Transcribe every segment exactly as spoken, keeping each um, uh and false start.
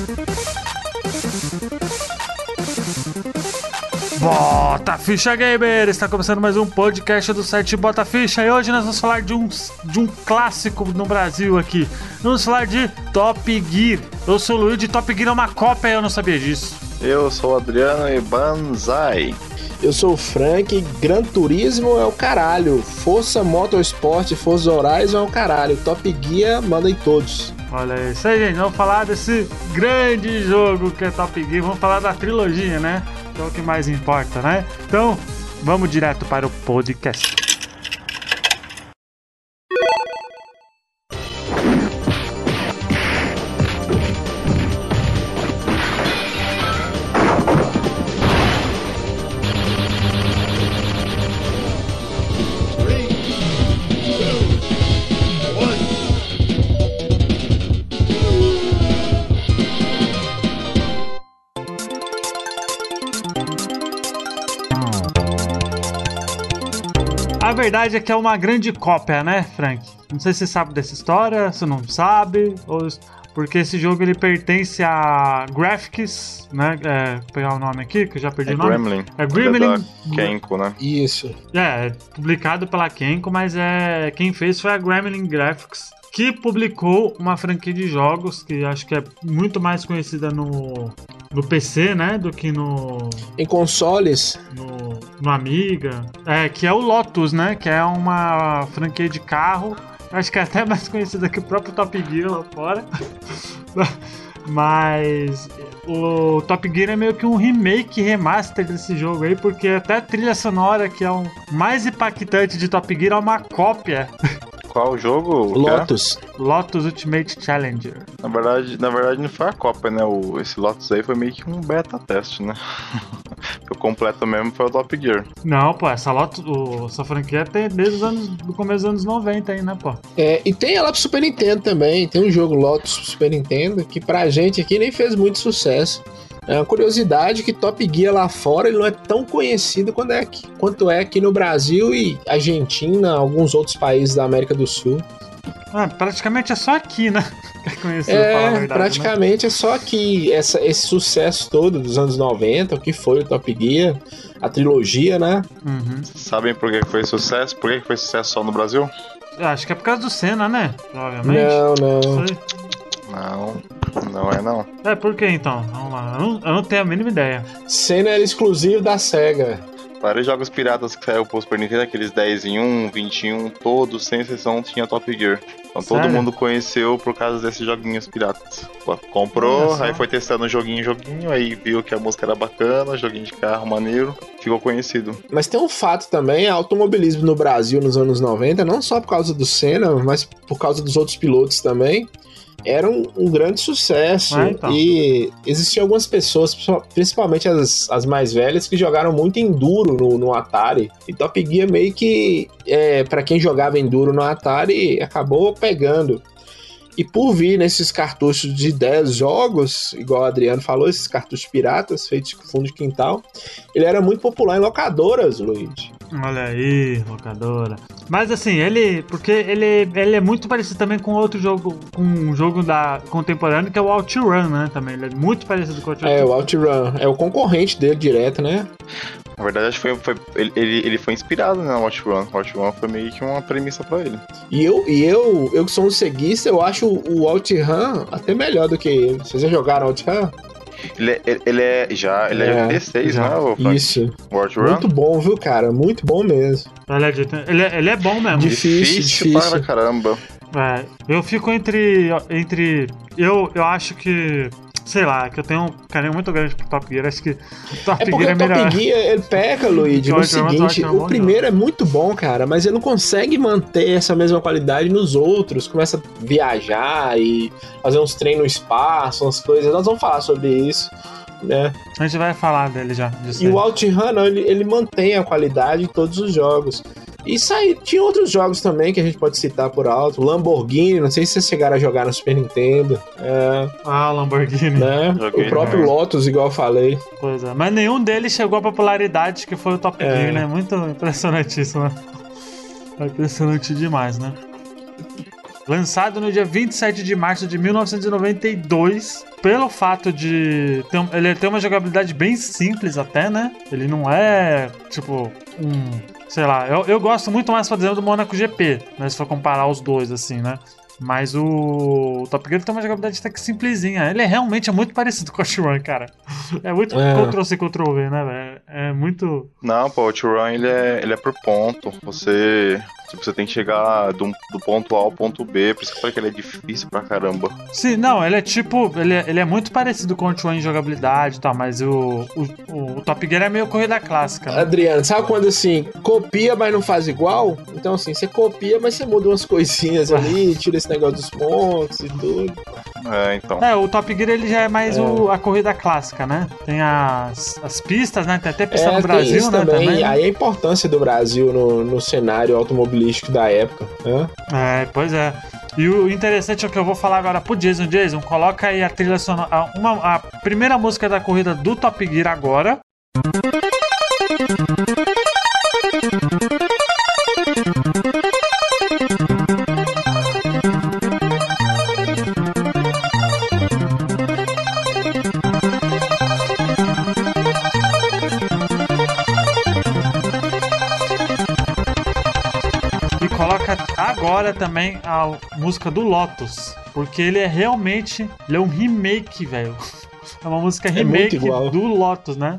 Bota Ficha Gamer! Está começando mais um podcast do site Bota Ficha e hoje nós vamos falar de um, de um clássico no Brasil aqui. Vamos falar de Top Gear. Eu sou o Luiz de Top Gear é uma cópia, eu não sabia disso. Eu sou o Adriano e Banzai. Eu sou o Frank, Gran Turismo é o caralho, Força Motorsport, Forza Horizon é o caralho, Top Gear manda em todos. Olha isso aí, gente, vamos falar desse grande jogo que é Top Gear, vamos falar da trilogia, né? Que é o que mais importa, né? Então, vamos direto para o podcast. A verdade é que é uma grande cópia, né, Frank? Não sei se você sabe dessa história, se não sabe, ou... porque esse jogo ele pertence a Graphics, né? É, vou pegar o nome aqui, que eu já perdi é o nome. Gremlin. É Gremlin. É Kenko, né? Isso. É, é publicado pela Kenko, mas é quem fez foi a Gremlin Graphics, que publicou uma franquia de jogos que acho que é muito mais conhecida no, no P C, né? Do que no... Em consoles? No, no Amiga. É, que é o Lotus, né? Que é uma franquia de carro. Acho que é até mais conhecida que o próprio Top Gear lá fora. Mas o Top Gear é meio que um remake, remaster desse jogo aí, porque até a trilha sonora, que é o mais impactante de Top Gear, é uma cópia. Qual jogo? Lotus. Lotus Ultimate Challenger. Na verdade, na verdade não foi a cópia, né? O, esse Lotus aí foi meio que um beta teste, né? O completo mesmo foi o Top Gear. Não, pô, essa Lotus, o, essa franquia tem desde os anos, do começo dos anos noventa aí, né, pô? É, e tem ela pro Super Nintendo também. Tem um jogo Lotus pro Super Nintendo que pra gente aqui nem fez muito sucesso. É uma curiosidade que Top Gear lá fora ele não é tão conhecido quanto é aqui, quanto é aqui no Brasil e Argentina, alguns outros países da América do Sul. Ah, praticamente é só aqui, né? Que é conhecido, é, falar a verdade, praticamente né? É só que essa, esse sucesso todo dos anos noventa, o que foi o Top Gear, a trilogia, né? Uhum. Sabem por que foi sucesso? Por que foi sucesso só no Brasil? Eu acho que é por causa do Senna, né? Provavelmente. Não, não. Sei. Não, não é não. É, por que então? Vamos lá. Eu não, eu não tenho a mínima ideia. Senna era exclusivo da SEGA. Vários jogos piratas que saiu pro Super Nintendo, aqueles dez em um, vinte em um, todos, sem exceção, tinha Top Gear. Então todo Sério? mundo conheceu por causa desses joguinhos piratas. Comprou, aí foi testando joguinho em joguinho, aí viu que a música era bacana, joguinho de carro maneiro, ficou conhecido. Mas tem um fato também, automobilismo no Brasil nos anos noventa, não só por causa do Senna, mas por causa dos outros pilotos também, era um, um grande sucesso. Ah, então. E existiam algumas pessoas, principalmente as, as mais velhas, que jogaram muito Enduro no, no Atari. E Top Gear meio que, é, para quem jogava Enduro no Atari, acabou pegando. E por vir nesses cartuchos de dez jogos, igual o Adriano falou, esses cartuchos piratas feitos com fundo de quintal, ele era muito popular em locadoras, Luigi. Olha aí, locadora. Mas assim, ele... Porque ele, ele é muito parecido também com outro jogo, com um jogo da contemporâneo, que é o OutRun, né? Também, ele é muito parecido com o OutRun. É, o OutRun. É o concorrente dele direto, né? Na verdade, acho que foi, foi, ele, ele foi inspirado no OutRun. O OutRun foi meio que uma premissa pra ele. E eu, e eu, eu que sou um ceguista, eu acho o OutRun até melhor do que ele. Vocês já jogaram OutRun? Ele é, ele, ele é já, ele é, é P seis, já. Né? O Isso. O OutRun? Muito bom, viu, cara? Muito bom mesmo. Ele é, de, ele é, ele é bom mesmo. Difícil, difícil, difícil. para caramba. É, eu fico entre... entre eu, eu acho que... Sei lá, que eu tenho um carinho muito grande pro Top Gear. Acho que o Top é porque Gear é o Top melhor. Gear, ele peca, Luigi, no seguinte, o primeiro é muito bom, cara, mas ele não consegue manter essa mesma qualidade nos outros. Começa a viajar e fazer uns treinos no espaço, umas coisas. Nós vamos falar sobre isso, né? A gente vai falar dele já. E o OutRun, não, ele, ele mantém a qualidade em todos os jogos. E saí, tinha outros jogos também que a gente pode citar por alto. Lamborghini, não sei se vocês chegaram a jogar no Super Nintendo. É, ah, Lamborghini. Né? Joguei, o próprio né? Lotus, igual eu falei. Pois é, mas nenhum deles chegou à popularidade que foi o Top É. Gear, né? Muito impressionante isso, né? É impressionante demais, né? lançado no dia vinte e sete de março de mil novecentos e noventa e dois. Pelo fato de... Ter, ele tem uma jogabilidade bem simples até, né? Ele não é, tipo, um... Sei lá, eu, eu gosto muito mais, por exemplo, do Monaco G P, né? Se for comparar os dois, assim, né? Mas o, o Top Gear tem uma jogabilidade até que simplesinha. Ele é realmente é muito parecido com o Outrun, cara. É muito É. Ctrl-C, Ctrl-V, né, velho? É muito... Não, pô, o Outrun, ele é, ele é por ponto. Você... Tipo, você tem que chegar do, do ponto A ao ponto B, por isso que eu falei que ele é difícil pra caramba. Sim, não, ele é tipo... Ele é, ele é muito parecido com o Outrun em jogabilidade e tal, mas o, o, o Top Gear é meio corrida clássica, né? Adriano, sabe quando assim, copia, mas não faz igual? Então assim, você copia, mas você muda umas coisinhas ali, tira esse negócio dos pontos e tudo. É, então. É, o Top Gear ele já é mais É. o, a corrida clássica, né? Tem as, as pistas, né? Tem até pista É, no tem Brasil, isso né? também. Também. Aí a importância do Brasil no, no cenário automobilístico da época, né? É, pois é. E o interessante é o que eu vou falar agora pro Jason. Jason, coloca aí a trilha sonora, a, uma, a primeira música da corrida do Top Gear agora. E coloca agora também a música do Lotus, porque ele é realmente, ele é um remake, velho. É uma música muito remake igual. do Lotus, né?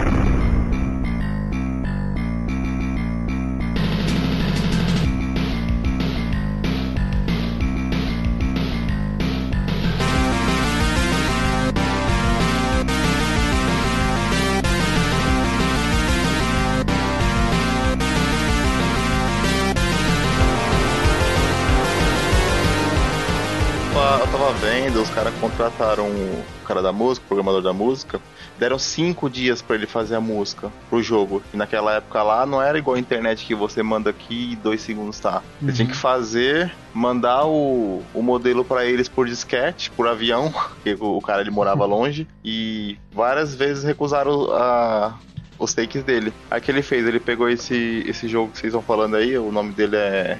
Eu tava vendo, os caras contrataram o cara da música, o programador da música, deram cinco dias pra ele fazer a música pro jogo. E naquela época lá não era igual a internet que você manda aqui e dois segundos tá. Você Uhum. tinha que fazer, mandar o, o modelo pra eles por disquete, por avião, porque o, o cara ele morava longe, e várias vezes recusaram a, os takes dele. Aí o que ele fez? Ele pegou esse, esse jogo que vocês estão falando aí, o nome dele é...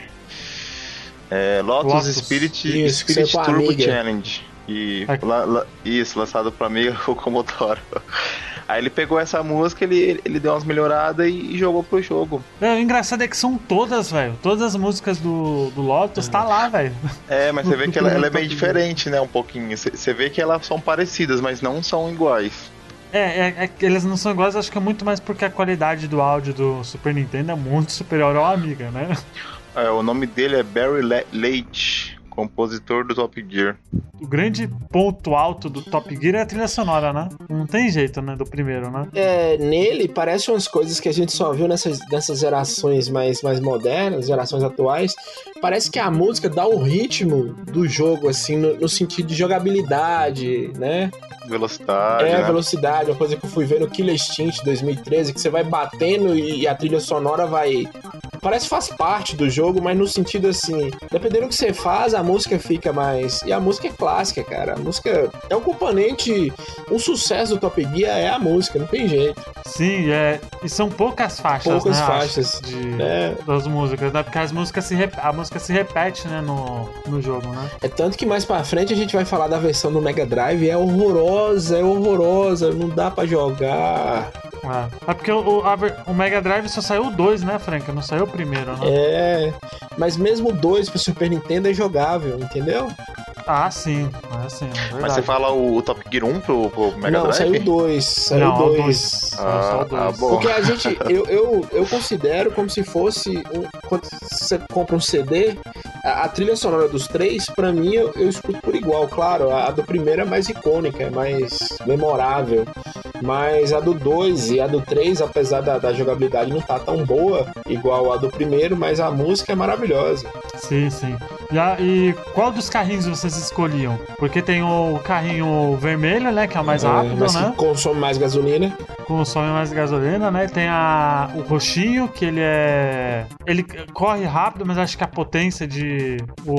É, Lotus, Lotus. Spirit, Isso, que Spirit você é com a Turbo Amiga. Challenge. E Aqui. la- la- isso, lançado pra Amiga com o Commodore. Aí ele pegou essa música, ele, ele deu umas melhoradas e, e jogou pro jogo. É, o engraçado é que são todas, velho. Todas as músicas do, do Lotus tá lá, velho. É, mas você vê que ela, ela é bem Top Gear. diferente, né? Um pouquinho. Você você vê que elas são parecidas, mas não são iguais. É, é, é que elas não são iguais, acho que é muito mais porque a qualidade do áudio do Super Nintendo é muito superior ao Amiga, né? É, o nome dele é Barry Le- Leitch, compositor do Top Gear. O grande ponto alto do Top Gear é a trilha sonora, né? Não tem jeito, né? Do primeiro, né? É, nele parece umas coisas que a gente só viu nessas, nessas gerações mais, mais modernas, gerações atuais. Parece que a música dá o ritmo do jogo, assim, no, no sentido de jogabilidade, né? Velocidade, É, né? velocidade, uma coisa que eu fui ver no Killer Instinct dois mil e treze, que você vai batendo e a trilha sonora vai... Parece que faz parte do jogo, mas no sentido assim, dependendo do que você faz, a música fica mais... E a música é clássica, cara. A música é um componente... Um sucesso do Top Gear é a música, não tem jeito. Sim, é. E são poucas faixas, Poucas né? faixas, acho, de, É, das músicas, né? Porque as músicas se rep... a música se repete, né? No, no jogo, né? é tanto que mais pra frente a gente vai falar da versão do Mega Drive, é horrorosa, é horrorosa, não dá pra jogar. É, é porque o, a ver- o Mega Drive só saiu o dois, né, Frank? Não saiu o primeiro, né? É, mas mesmo o dois pro Super Nintendo é jogável, entendeu? Ah, sim. É sim, é verdade. Mas você fala o, o Top Gear um pro, pro Mega não, Drive? saiu o dois, saiu Não, o é o dois. dois. Saiu só o Ah, dois. ah, bom. Porque a gente, eu, eu, eu considero como se fosse, um, quando você compra um C D, a, a trilha sonora dos três, pra mim, eu, eu escuto por igual. Claro, a, a do primeiro é mais icônica, é mais memorável. Mas a do dois e a do três, apesar da, da jogabilidade não tá tão boa igual a do primeiro, mas a música é maravilhosa. Sim, sim. E, a- e qual dos carrinhos vocês escolhiam? Porque tem o carrinho vermelho, né? Que é o mais É, rápido, mas né? que consome mais gasolina. consome mais gasolina, né? Tem a, o roxinho, que ele é... Ele corre rápido, mas acho que a potência de...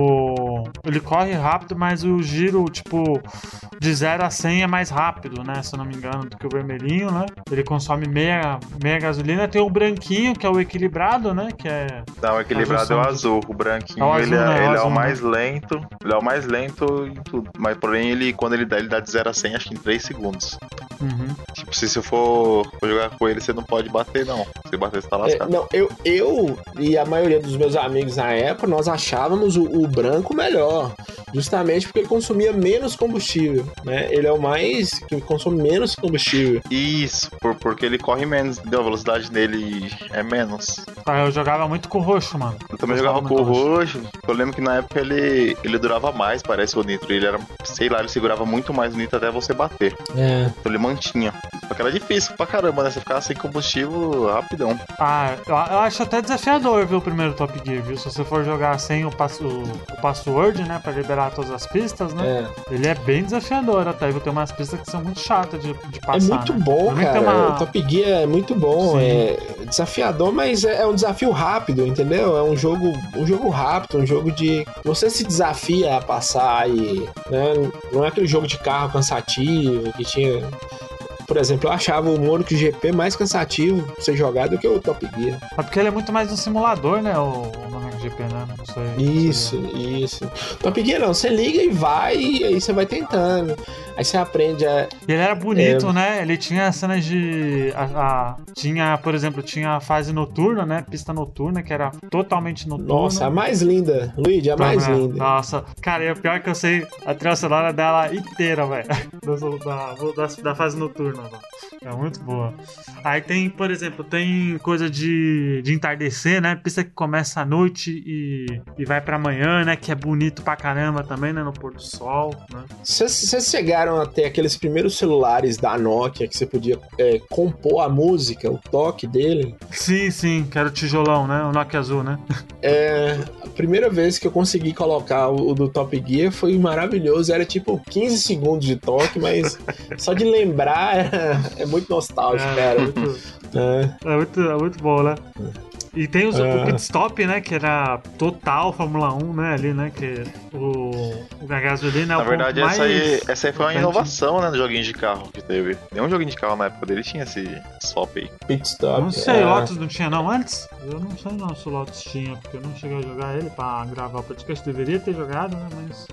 O, ele corre rápido, mas o giro, tipo, de zero a cem é mais rápido, né? Se eu não me engano, do que o vermelhinho, né? Ele consome meia, meia gasolina. Tem o branquinho, que é o equilibrado, né? Que é... Não, o equilibrado é o azul. O branquinho, é o azul, ele, é, né? ele o é azul, o mais né? lento. Ele é o mais lento em tudo. Mas, porém, ele, quando ele dá, ele dá de zero a cem, acho que em três segundos. Uhum. Tipo, se você for, for jogar com ele, você não pode bater, não. Se bater, você tá É, lascado. não, eu, eu e a maioria dos meus amigos na época, nós achávamos o, o branco melhor. Justamente porque ele consumia menos combustível, né? Ele é o mais... que consome menos combustível. Isso, por, porque ele corre menos, entendeu? A velocidade dele é menos. Ah, eu jogava muito com o roxo, mano. Eu também Gostava jogava com o muito do roxo. Eu lembro que na época ele, ele durava mais, parece, o nitro. Ele era, sei lá, ele segurava muito mais o nitro até você bater. É. Então ele mantinha. Só que era difícil pra caramba, né? Você ficava sem combustível rapidão. Ah, eu, eu acho até desafiador ver o primeiro Top Gear, viu? Se você for jogar sem o, passo, o password, né? Pra liberar todas as pistas, né? É. Ele é bem desafiador até. Viu? Tem umas pistas que são muito chatas de, de passar. É muito né? bom, Também cara. tem uma... O Top Gear é muito bom. Sim. É desafiador, mas é, é um desafio rápido, entendeu? É um jogo, um jogo rápido, um jogo de... Você se desafia a passar e... Né? Não é aquele jogo de carro cansativo que tinha... Por exemplo, eu achava o Monaco G P mais cansativo pra você jogar do que o Top Gear. É porque ele é muito mais um simulador, né? O, o Monaco G P, né? Não sei, Isso, não sei. isso. Top Gear não, você liga e vai, e aí você vai tentando. Aí você aprende a... E ele era bonito, É. né? Ele tinha cenas de... A, a- tinha, por exemplo, tinha a fase noturna, né? Pista noturna, que era totalmente noturna. Nossa, a mais linda. Luigi, a mais Né? linda. Nossa, cara, e o pior é que eu sei a trilha sonora dela inteira, velho. Da, da, da fase noturna, velho. É muito boa. Aí tem, por exemplo, tem coisa de, de entardecer, né? Pista que começa à noite e, e vai pra manhã, né? Que é bonito pra caramba também, né? No pôr do sol, né? Vocês chegaram a ter aqueles primeiros celulares da Nokia que você podia é, compor a música, o toque dele? Sim, sim, que era o tijolão, né? O Nokia azul, né? É, a primeira vez que eu consegui colocar o, o do Top Gear foi maravilhoso. Era tipo quinze segundos de toque, mas só de lembrar era, é muito nostálgico, É, cara. muito, É. é, muito, é muito bom, né? E tem os, É. o pit stop, né? Que era total Fórmula um, né? Ali, né? Que o, o a gasolina é Na o verdade, ponto essa mais aí, essa aí foi uma importante. inovação, né, no joguinho de carro que teve. Nenhum joguinho de carro na época dele tinha esse swap aí. Pit stop. Não sei, é. Lotus não tinha não antes? Eu não sei não se o Lotus tinha, porque eu não cheguei a jogar ele pra gravar o podcast. Deveria ter jogado, né? Mas...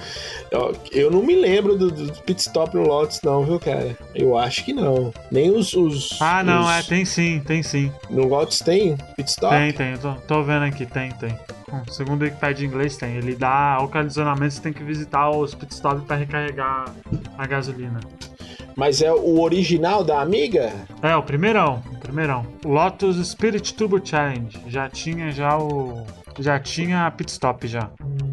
Eu, eu não me lembro do, do pit stop no Lotus, não, viu, cara? Eu acho que não. Nem os. os Ah, não, os- é, tem sim, tem sim. No Lotus tem pit stop? Tem, tem, eu tô, tô vendo aqui, tem, tem. Hum, Segundo o Wikipedia em inglês, tem. Ele dá ocasionalmente, você tem que visitar os pit stops pra recarregar a gasolina. Mas é o original da Amiga? É, o primeirão, o primeirão. Lotus Spirit Turbo Challenge. Já tinha já o... Já tinha pit stop já.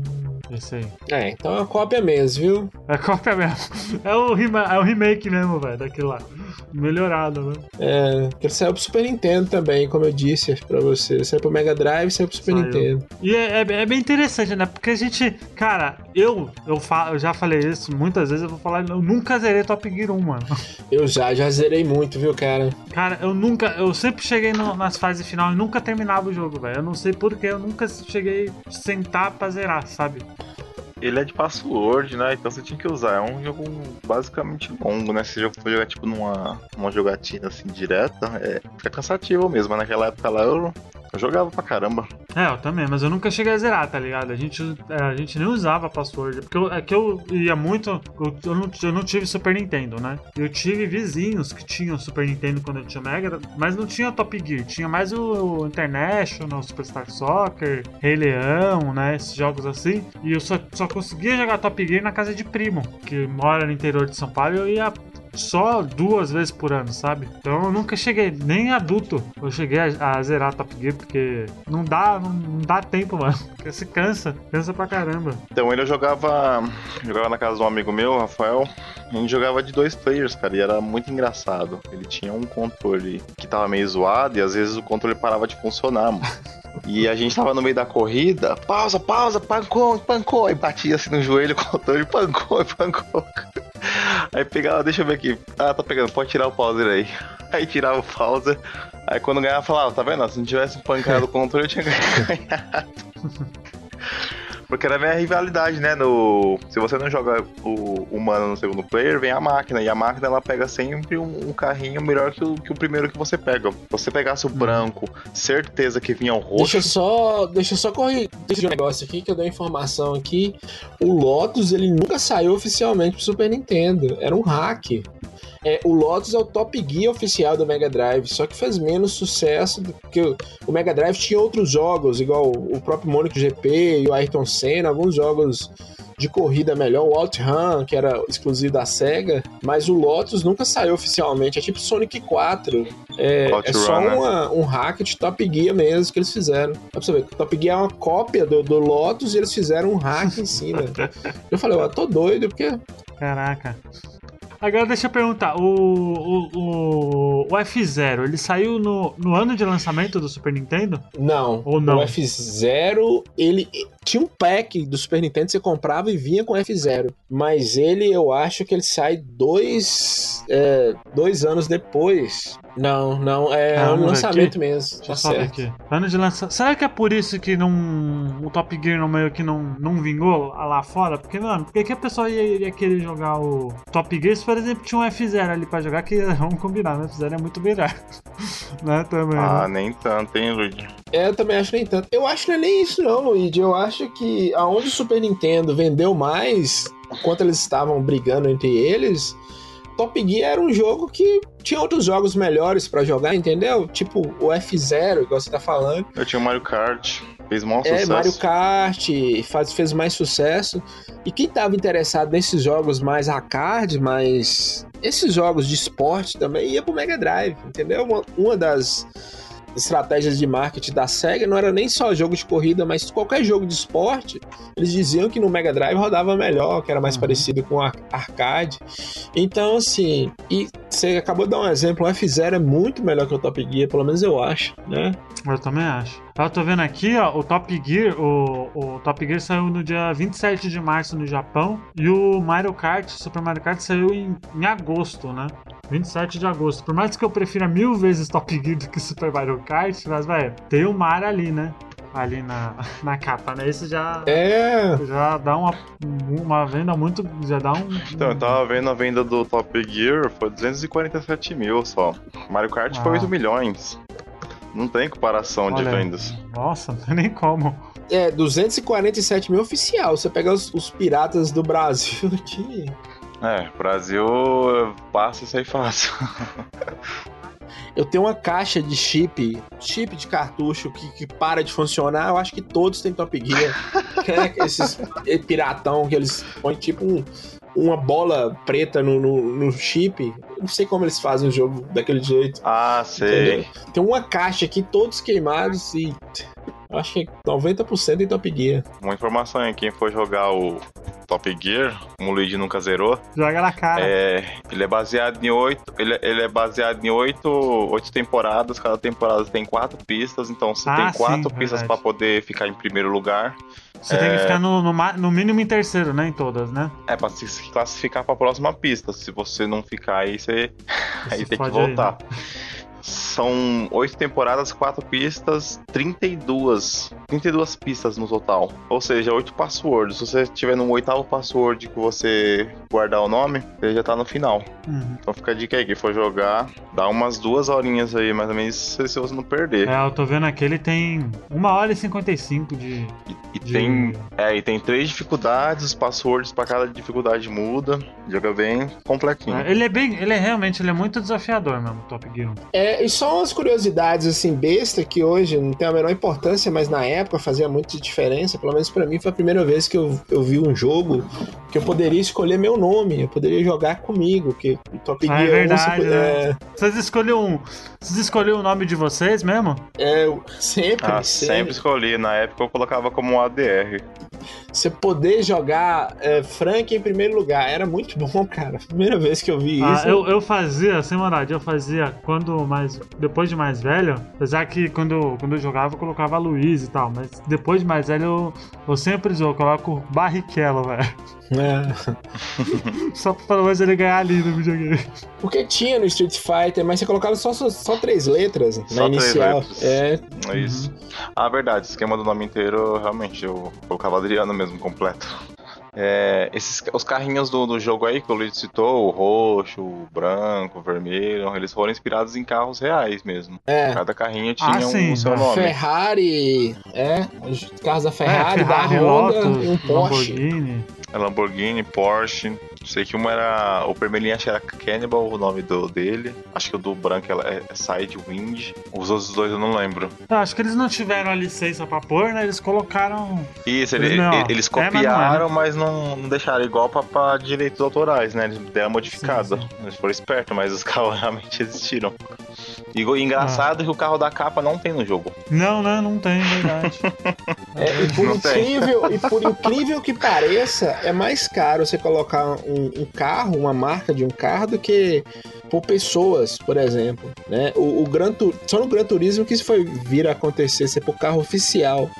Esse aí. É, então é uma cópia mesmo, viu? É cópia mesmo. É o, rema- é o remake mesmo, velho, daquilo lá. Melhorado, né? É, que ele saiu pro Super Nintendo também, como eu disse pra você. Saiu pro Mega Drive e saiu pro Super Saiu. Nintendo. E é, é- é bem interessante, né? Porque a gente, cara, eu, eu, fa- eu já falei isso muitas vezes, eu vou falar, eu nunca zerei Top Gear um, mano. Eu já, já zerei muito, viu, cara? Cara, eu nunca, eu sempre cheguei no- nas fases final e nunca terminava o jogo, velho. Eu não sei porquê, eu nunca cheguei a sentar pra zerar, sabe? Ele é de password, né? Então você tinha que usar. É um jogo basicamente longo, né? Se você for jogar tipo numa, numa jogatina assim direta, é, fica cansativo mesmo. Mas naquela época lá eu, eu jogava pra caramba. É, eu também, mas eu nunca cheguei a zerar, tá ligado? A gente, é, a gente nem usava password, porque eu, é que eu ia muito, eu, eu, não, eu não tive Super Nintendo, né? Eu tive vizinhos que tinham Super Nintendo quando eu tinha Mega, mas não tinha Top Gear, tinha mais o, o International, Superstar Soccer, Rei Leão, né? Esses jogos assim, e eu só, só conseguia jogar Top Gear na casa de primo, que mora no interior de São Paulo, e eu ia só duas vezes por ano, sabe? Então eu nunca cheguei, nem adulto, eu cheguei a, a zerar Top Gear, porque não dá, não, não dá tempo, mano. Porque se cansa, cansa pra caramba. Então ele eu jogava. Jogava na casa de um amigo meu, Rafael. A gente jogava de dois players, cara, e era muito engraçado. Ele tinha um controle que tava meio zoado e às vezes o controle parava de funcionar, mano. E a gente tava no meio da corrida, pausa, pausa, pancou, pancou. Aí batia assim no joelho, o controle pancou, pancou. Aí pegava, deixa eu ver aqui. Ah, tá pegando, pode tirar o pause aí. Aí tirava o pausa. Aí quando ganhava, falava, tá vendo? Se não tivesse pancado o controle, eu tinha ganhado. Porque era a minha rivalidade, né? No... Se você não joga o humano no segundo player, vem a máquina. E a máquina, ela pega sempre um, um carrinho melhor que o, que o primeiro que você pega. Se você pegasse o branco, certeza que vinha o roxo. Deixa eu só, deixa eu só corrigir um negócio aqui, que eu dei uma informação aqui. O Lotus, ele nunca saiu oficialmente pro Super Nintendo. Era um hack. É, o Lotus é o Top Gear oficial do Mega Drive, só que fez menos sucesso do que o, o Mega Drive tinha outros jogos, igual o próprio Monaco G P e o Ayrton Senna, alguns jogos de corrida melhor, o OutRun, que era exclusivo da SEGA, mas o Lotus nunca saiu oficialmente, é tipo Sonic quatro, é, é só uma, um hack de Top Gear mesmo que eles fizeram. Pra você ver, Top Gear é uma cópia do, do Lotus e eles fizeram um hack em cima. Eu falei, eu tô doido, porque... Caraca. Agora deixa eu perguntar, o, o, o, o F zero, ele saiu no, no ano de lançamento do Super Nintendo? Não. Ou não? O F zero, ele tinha um pack do Super Nintendo que você comprava e vinha com F zero. Mas ele, eu acho que ele sai dois, é, dois anos depois. Não, não, é ah, um lançamento aqui. mesmo. Deixa tá eu só ver certo. aqui. Ano de lançamento. Será que é por isso que não, o Top Gear no meio que não, não vingou lá fora? Porque, mano, por que a pessoa ia, ia querer jogar o Top Gear se, por exemplo, tinha um F zero ali pra jogar, que vamos combinar, né? F zero é muito melhor. Né, também, ah, né? nem tanto, hein, Luigi? É, eu também acho nem tanto. Eu acho que não é nem isso não, Luigi. Eu acho que aonde o Super Nintendo vendeu mais, enquanto eles estavam brigando entre eles, Top Gear era um jogo que tinha outros jogos melhores pra jogar, entendeu? Tipo o F zero, igual você tá falando. Eu tinha o Mario Kart, fez maior É, sucesso. Mario Kart faz, fez mais sucesso. E quem tava interessado nesses jogos mais arcade, mais... esses jogos de esporte também, ia pro Mega Drive, entendeu? Uma, uma das estratégias de marketing da SEGA não era nem só jogo de corrida, mas qualquer jogo de esporte, eles diziam que no Mega Drive rodava melhor, que era mais uhum. parecido com ar- arcade. Então, assim, e você acabou de dar um exemplo, o F zero é muito melhor que o Top Gear, pelo menos eu acho, né? Eu também acho. Eu tô vendo aqui, ó, o Top Gear, o, o Top Gear saiu no dia vinte e sete de março no Japão, e o Mario Kart, Super Mario Kart, saiu em, em agosto, né? vinte e sete de agosto. Por mais que eu prefira mil vezes Top Gear do que Super Mario Kart, mas, velho, tem o Mario ali, né? Ali na, na capa, né? Isso já, é. já dá uma, uma venda muito... Já dá um... Então, eu tava vendo a venda do Top Gear, foi duzentos e quarenta e sete mil só. Mario Kart ah. foi oito milhões. Não tem comparação Olha, de vendas. Nossa, não tem nem como. É, duzentos e quarenta e sete mil oficial. Você pega os, os piratas do Brasil aqui... É, Brasil passa isso aí fácil. Eu tenho uma caixa de chip, chip de cartucho que, que para de funcionar. Eu acho que todos têm Top Gear. É, esses piratão que eles põem tipo um, uma bola preta no, no, no chip. Eu não sei como eles fazem o jogo daquele jeito. Ah, sei. Entendeu? Tem uma caixa aqui, todos queimados e... Eu acho que noventa por cento em Top Gear. Uma informação aí, quem for jogar o Top Gear, como o Luigi nunca zerou, joga na cara. É, ele é baseado em oito. Ele, ele é baseado em oito, oito temporadas. Cada temporada tem quatro pistas, então você ah, tem quatro sim, pistas para poder ficar em primeiro lugar. Você é... tem que ficar no, no, no mínimo em terceiro, né? Em todas, né? É, pra se classificar pra próxima pista. Se você não ficar aí, você, você aí tem que voltar. Aí, né? São oito temporadas, quatro pistas, trinta e duas, trinta e duas pistas no total. Ou seja, oito passwords. Se você tiver no oitavo password que você guardar o nome, ele já tá no final. Uhum. Então fica a dica aí, quem for jogar, dá umas duas horinhas aí, mais ou menos, se você não perder. É, eu tô vendo aqui, ele tem uma hora e cinquenta e cinco de... E, e de... tem é, e tem três dificuldades, os passwords pra cada dificuldade muda. Joga bem completinho. É, ele é bem, ele é realmente, ele é muito desafiador mesmo, Top Gear. É, e só umas curiosidades assim, besta, que hoje não tem a menor importância, mas na época fazia muita diferença. Pelo menos pra mim foi a primeira vez que eu, eu vi um jogo que eu poderia escolher meu nome, eu poderia jogar comigo, que o Top Gear ah, é verdade, onze, né? é... Vocês escolheram um, vocês escolheram o nome de vocês mesmo? É, sempre, ah, sempre. Sempre escolhi, na época eu colocava como A D R. Você poder jogar é, Frank em primeiro lugar, era muito bom, cara. Primeira vez que eu vi ah, isso. Eu, eu fazia, sem maldade, eu fazia quando mais depois de mais velho, apesar que quando eu, quando eu jogava eu colocava a Luiz e tal, mas depois de mais velho eu, eu sempre eu coloco Barrichello, velho. É. Só pra pelo menos ele ganhar ali no videogame. Porque tinha no Street Fighter, mas você colocava só, só, só três letras Só na inicial. três letras. É. É isso. Ah, verdade, o esquema do nome inteiro, realmente, eu colocava Adriano mesmo, completo. É, esses, os carrinhos do, do jogo aí que o Luiz citou, o roxo, o branco, o vermelho, eles foram inspirados em carros reais mesmo. É. Cada carrinho tinha Ah, sim, um, o seu a nome. Ferrari, é, os carros da Ferrari, é, Ferrari, da Honda Lotus, e um Porsche. Lamborghini. Lamborghini, Porsche. Sei que uma era. O vermelhinho acho que era Cannibal, o nome do, dele. Acho que o do branco é, é Sidewind. Os outros dois eu não lembro. Eu acho que eles não tiveram a licença pra pôr, né? Eles colocaram. Isso, Eles ele, não, ele- eles é, mas não é, copiaram, né? mas não, não deixaram igual pra, pra direitos autorais, né? Eles deram modificado. Sim, sim. Eles foram espertos, mas os carros realmente existiram. E o engraçado é que o carro da capa não tem no jogo. Não, né? Não tem, verdade. É, e, por Não tem. incrível, e por incrível que pareça, é mais caro você colocar um, um carro, uma marca de um carro, do que por pessoas, por exemplo. Né? O, o Gran Tu- só no Gran Turismo que isso foi vir a acontecer, ser por carro oficial.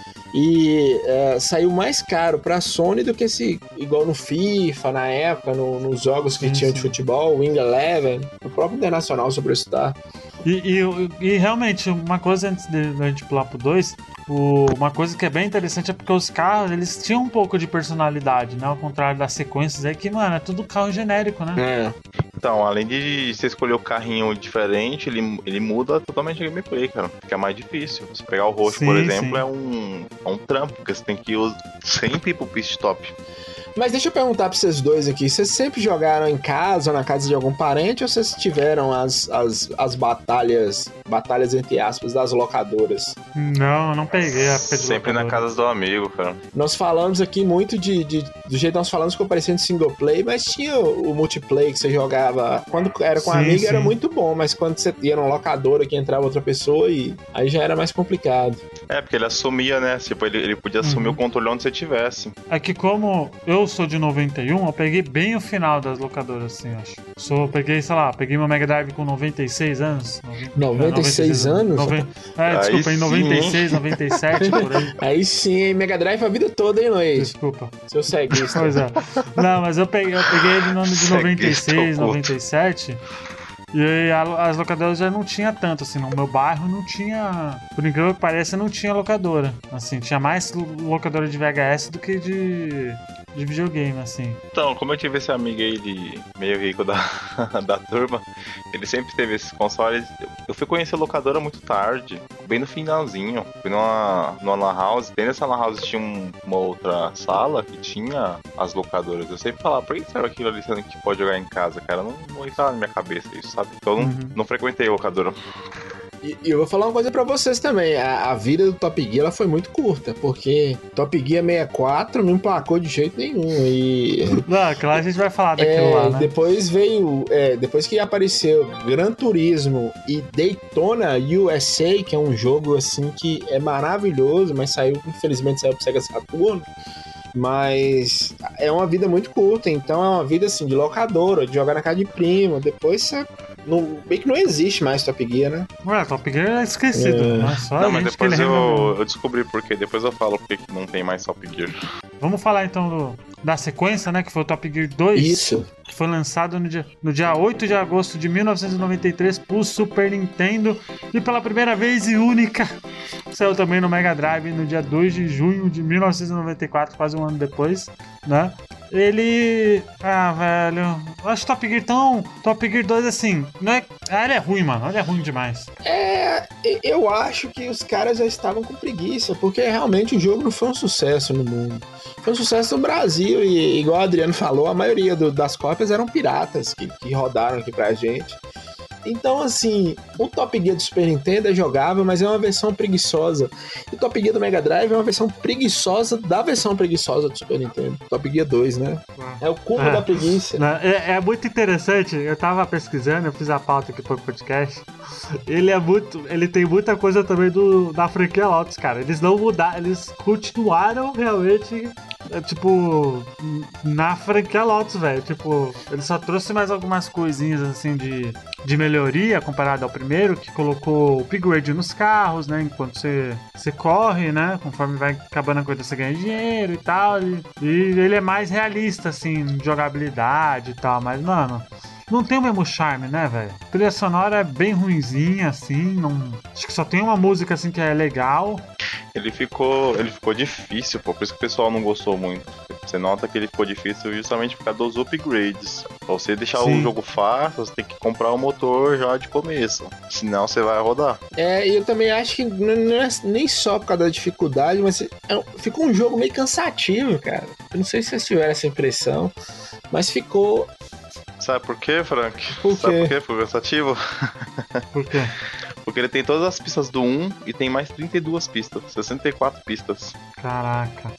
E é, saiu mais caro pra Sony do que se, igual no FIFA, na época, no- nos jogos que Sim, tinham sim. de futebol, Wing Eleven, o próprio Internacional Superstar. E, e, e realmente, uma coisa antes de a gente pular pro dois, o, uma coisa que é bem interessante é porque os carros, eles tinham um pouco de personalidade, né? Ao contrário das sequências aí, que, mano, é tudo carro genérico, né? É. Então, além de você escolher o carrinho diferente, ele, ele muda totalmente a gameplay, cara. Fica mais difícil. Se pegar o roxo, Sim, por exemplo, sim. é um, é um trampo, porque você tem que ir sempre ir pro pit stop. Mas deixa eu perguntar pra vocês dois aqui, vocês sempre jogaram em casa ou na casa de algum parente, ou vocês tiveram as, as, as batalhas, batalhas entre aspas, das locadoras? Não, eu não peguei a época de Sempre na locadora. casa do amigo, cara. Nós falamos aqui muito de, de- do jeito que nós falamos ficou parecendo single play, mas tinha o, o multiplayer que você jogava, quando era com Sim, amigo era sim. muito bom, mas quando você ia numa locadora que entrava outra pessoa, e aí já era mais complicado. É, porque ele assumia, né? Tipo, ele, ele podia assumir Uhum. o controle onde você tivesse. É que como eu sou de noventa e um, eu peguei bem o final das locadoras, assim, acho. Sou, peguei, sei lá, peguei meu Mega Drive com noventa e seis anos. noventa e seis anos? Noven... É, Aí desculpa, em sim, noventa e hein? seis, noventa e sete, por aí. Aí sim, hein, Mega Drive a vida toda, hein, Luiz? Desculpa. Seu ceguista. Pois é. Não, mas eu peguei, eu peguei ele no ano de Segue noventa e seis, esse teu noventa e sete. E aí a- as locadoras já não tinha tanto, assim, no meu bairro não tinha, por incrível que pareça, não tinha locadora. Assim, tinha mais lo- locadora de V H S do que de, de videogame, assim. Então, como eu tive esse amigo aí de meio rico da, da turma, ele sempre teve esses consoles. Eu- Eu fui conhecer a locadora muito tarde, bem no finalzinho. Fui numa, numa lan house, dentro dessa lan house tinha um- uma outra sala que tinha as locadoras. Eu sempre falava, por que serve aquilo ali sendo que pode jogar em casa, cara? Não, não entrava na minha cabeça isso, sabe? Então eu não, Uhum. não frequentei a locadora. E e eu vou falar uma coisa pra vocês também. A, a vida do Top Gear ela foi muito curta, porque Top Gear sessenta e quatro não emplacou de jeito nenhum. E Não, que lá a gente vai falar daquilo é, lá, né? depois veio. é, depois que apareceu Gran Turismo e Daytona U S A, que é um jogo assim que é maravilhoso, mas saiu, infelizmente, saiu pro Sega Saturn. Mas é uma vida muito curta, então é uma vida assim de locadora, de jogar na casa de primo. Depois você. Não, bem que não existe mais Top Gear, né? Ué, Top Gear é esquecido, É. né? Só não, a mas gente que ele depois removeu. eu, eu descobri por quê. Depois eu falo porque que não tem mais Top Gear. Vamos falar então do, da sequência, né? Que foi o Top Gear dois. Isso. Que foi lançado no dia, no dia oito de agosto de mil novecentos e noventa e três pro Super Nintendo. E pela primeira vez e única, saiu também no Mega Drive no dia dois de junho de mil novecentos e noventa e quatro, quase um ano depois, né? Ele... Ah, velho... Eu acho Top Gear tão... Top Gear dois, assim... Não é... Ah, ele é ruim, mano. Ele é ruim demais. É, e- eu acho que os caras já estavam com preguiça, porque realmente o jogo não foi um sucesso no mundo. Foi um sucesso no Brasil e, igual o Adriano falou, a maioria do- das cópias eram piratas que, que rodaram aqui pra gente. Então, assim, o Top Gear do Super Nintendo é jogável, mas é uma versão preguiçosa. E o Top Gear do Mega Drive é uma versão preguiçosa da versão preguiçosa do Super Nintendo. Top Gear dois, né? É o cúmulo É. da preguiça. Né? É, é muito interessante. Eu tava pesquisando, eu fiz a pauta aqui pro podcast. Ele é muito. Ele tem muita coisa também do, da franquia Lotus, cara. Eles não mudaram, eles continuaram realmente é tipo, na franquia Lotus, velho. Tipo, ele só trouxe mais algumas coisinhas assim de, de melhoria comparado ao primeiro, que colocou upgrade nos carros, né? Enquanto você, você corre, né? Conforme vai acabando a coisa, você ganha dinheiro e tal. E, e ele é mais realista, assim, em jogabilidade e tal. Mas, mano, não tem o mesmo charme, né, velho? A trilha sonora é bem ruinzinha, assim. Não... Acho que só tem uma música, assim, que é legal. Ele ficou, ele ficou difícil, pô, por isso que o pessoal não gostou muito. Você nota que ele ficou difícil justamente por causa dos upgrades. Pra você deixar Sim. o jogo fácil, você tem que comprar o motor já de começo. Senão você vai rodar. É, e eu também acho que não não é nem só por causa da dificuldade, mas é um- ficou um jogo meio cansativo, cara. Eu não sei se vocês tiveram essa impressão, mas ficou. Sabe por quê, Frank? Por Sabe quê? por quê? Ficou cansativo? Por quê? Porque ele tem todas as pistas do um e tem mais trinta e duas pistas. sessenta e quatro pistas. Caraca.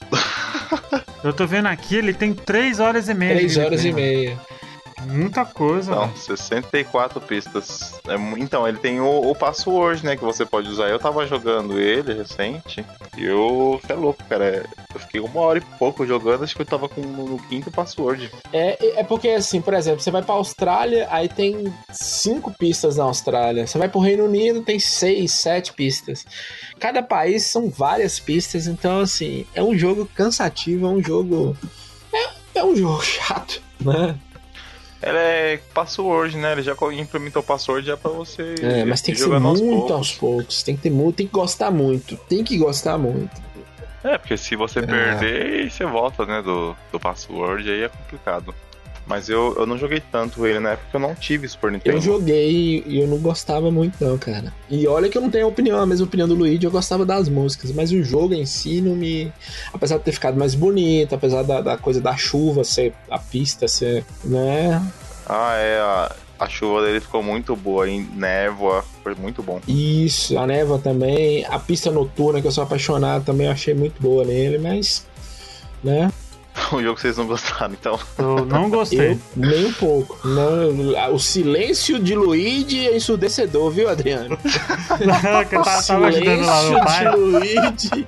Eu tô vendo aqui, ele tem três horas e meia. Três de horas e gameplay, meia. mano. Muita coisa, Então, velho. sessenta e quatro pistas. É mu- então, ele tem o, o password, né, que você pode usar. Eu tava jogando ele recente e eu... Você é louco, cara. Eu fiquei uma hora e pouco jogando, acho que eu tava com no, no quinto password. É, é porque, assim, por exemplo, você vai pra Austrália, aí tem cinco pistas na Austrália. Você vai pro Reino Unido, tem seis, sete pistas. Cada país são várias pistas, então, assim, é um jogo cansativo, é um jogo. É, é um jogo chato, né? Ela é password, né? Ele já co- implementou o password já pra você É, mas tem ir que ser jogando aos muito poucos. aos poucos. Tem que ter muito, tem que gostar muito. Tem que gostar muito. É, porque se você É. perder, aí você volta, né, do, do password, aí é complicado. Mas eu, eu não joguei tanto ele na época, porque eu não tive Super Nintendo. Eu joguei e eu não gostava muito, não, cara. E olha que eu não tenho opinião, a mesma opinião do Luigi, eu gostava das músicas, mas o jogo em si não me. Apesar de ter ficado mais bonito, apesar da, da coisa da chuva ser. A pista ser. Né? Ah, é, a, a chuva dele ficou muito boa, em névoa, foi muito bom. Isso, a névoa também, a pista noturna, que eu sou apaixonado também, eu achei muito boa nele, mas. Né? O jogo que vocês não gostaram, então. Eu não gostei. Eu nem um pouco. Não, o silêncio de Luigi é ensurdecedor, viu, Adriano? que eu tava, tava ajudando lá meu silêncio pai. de Luigi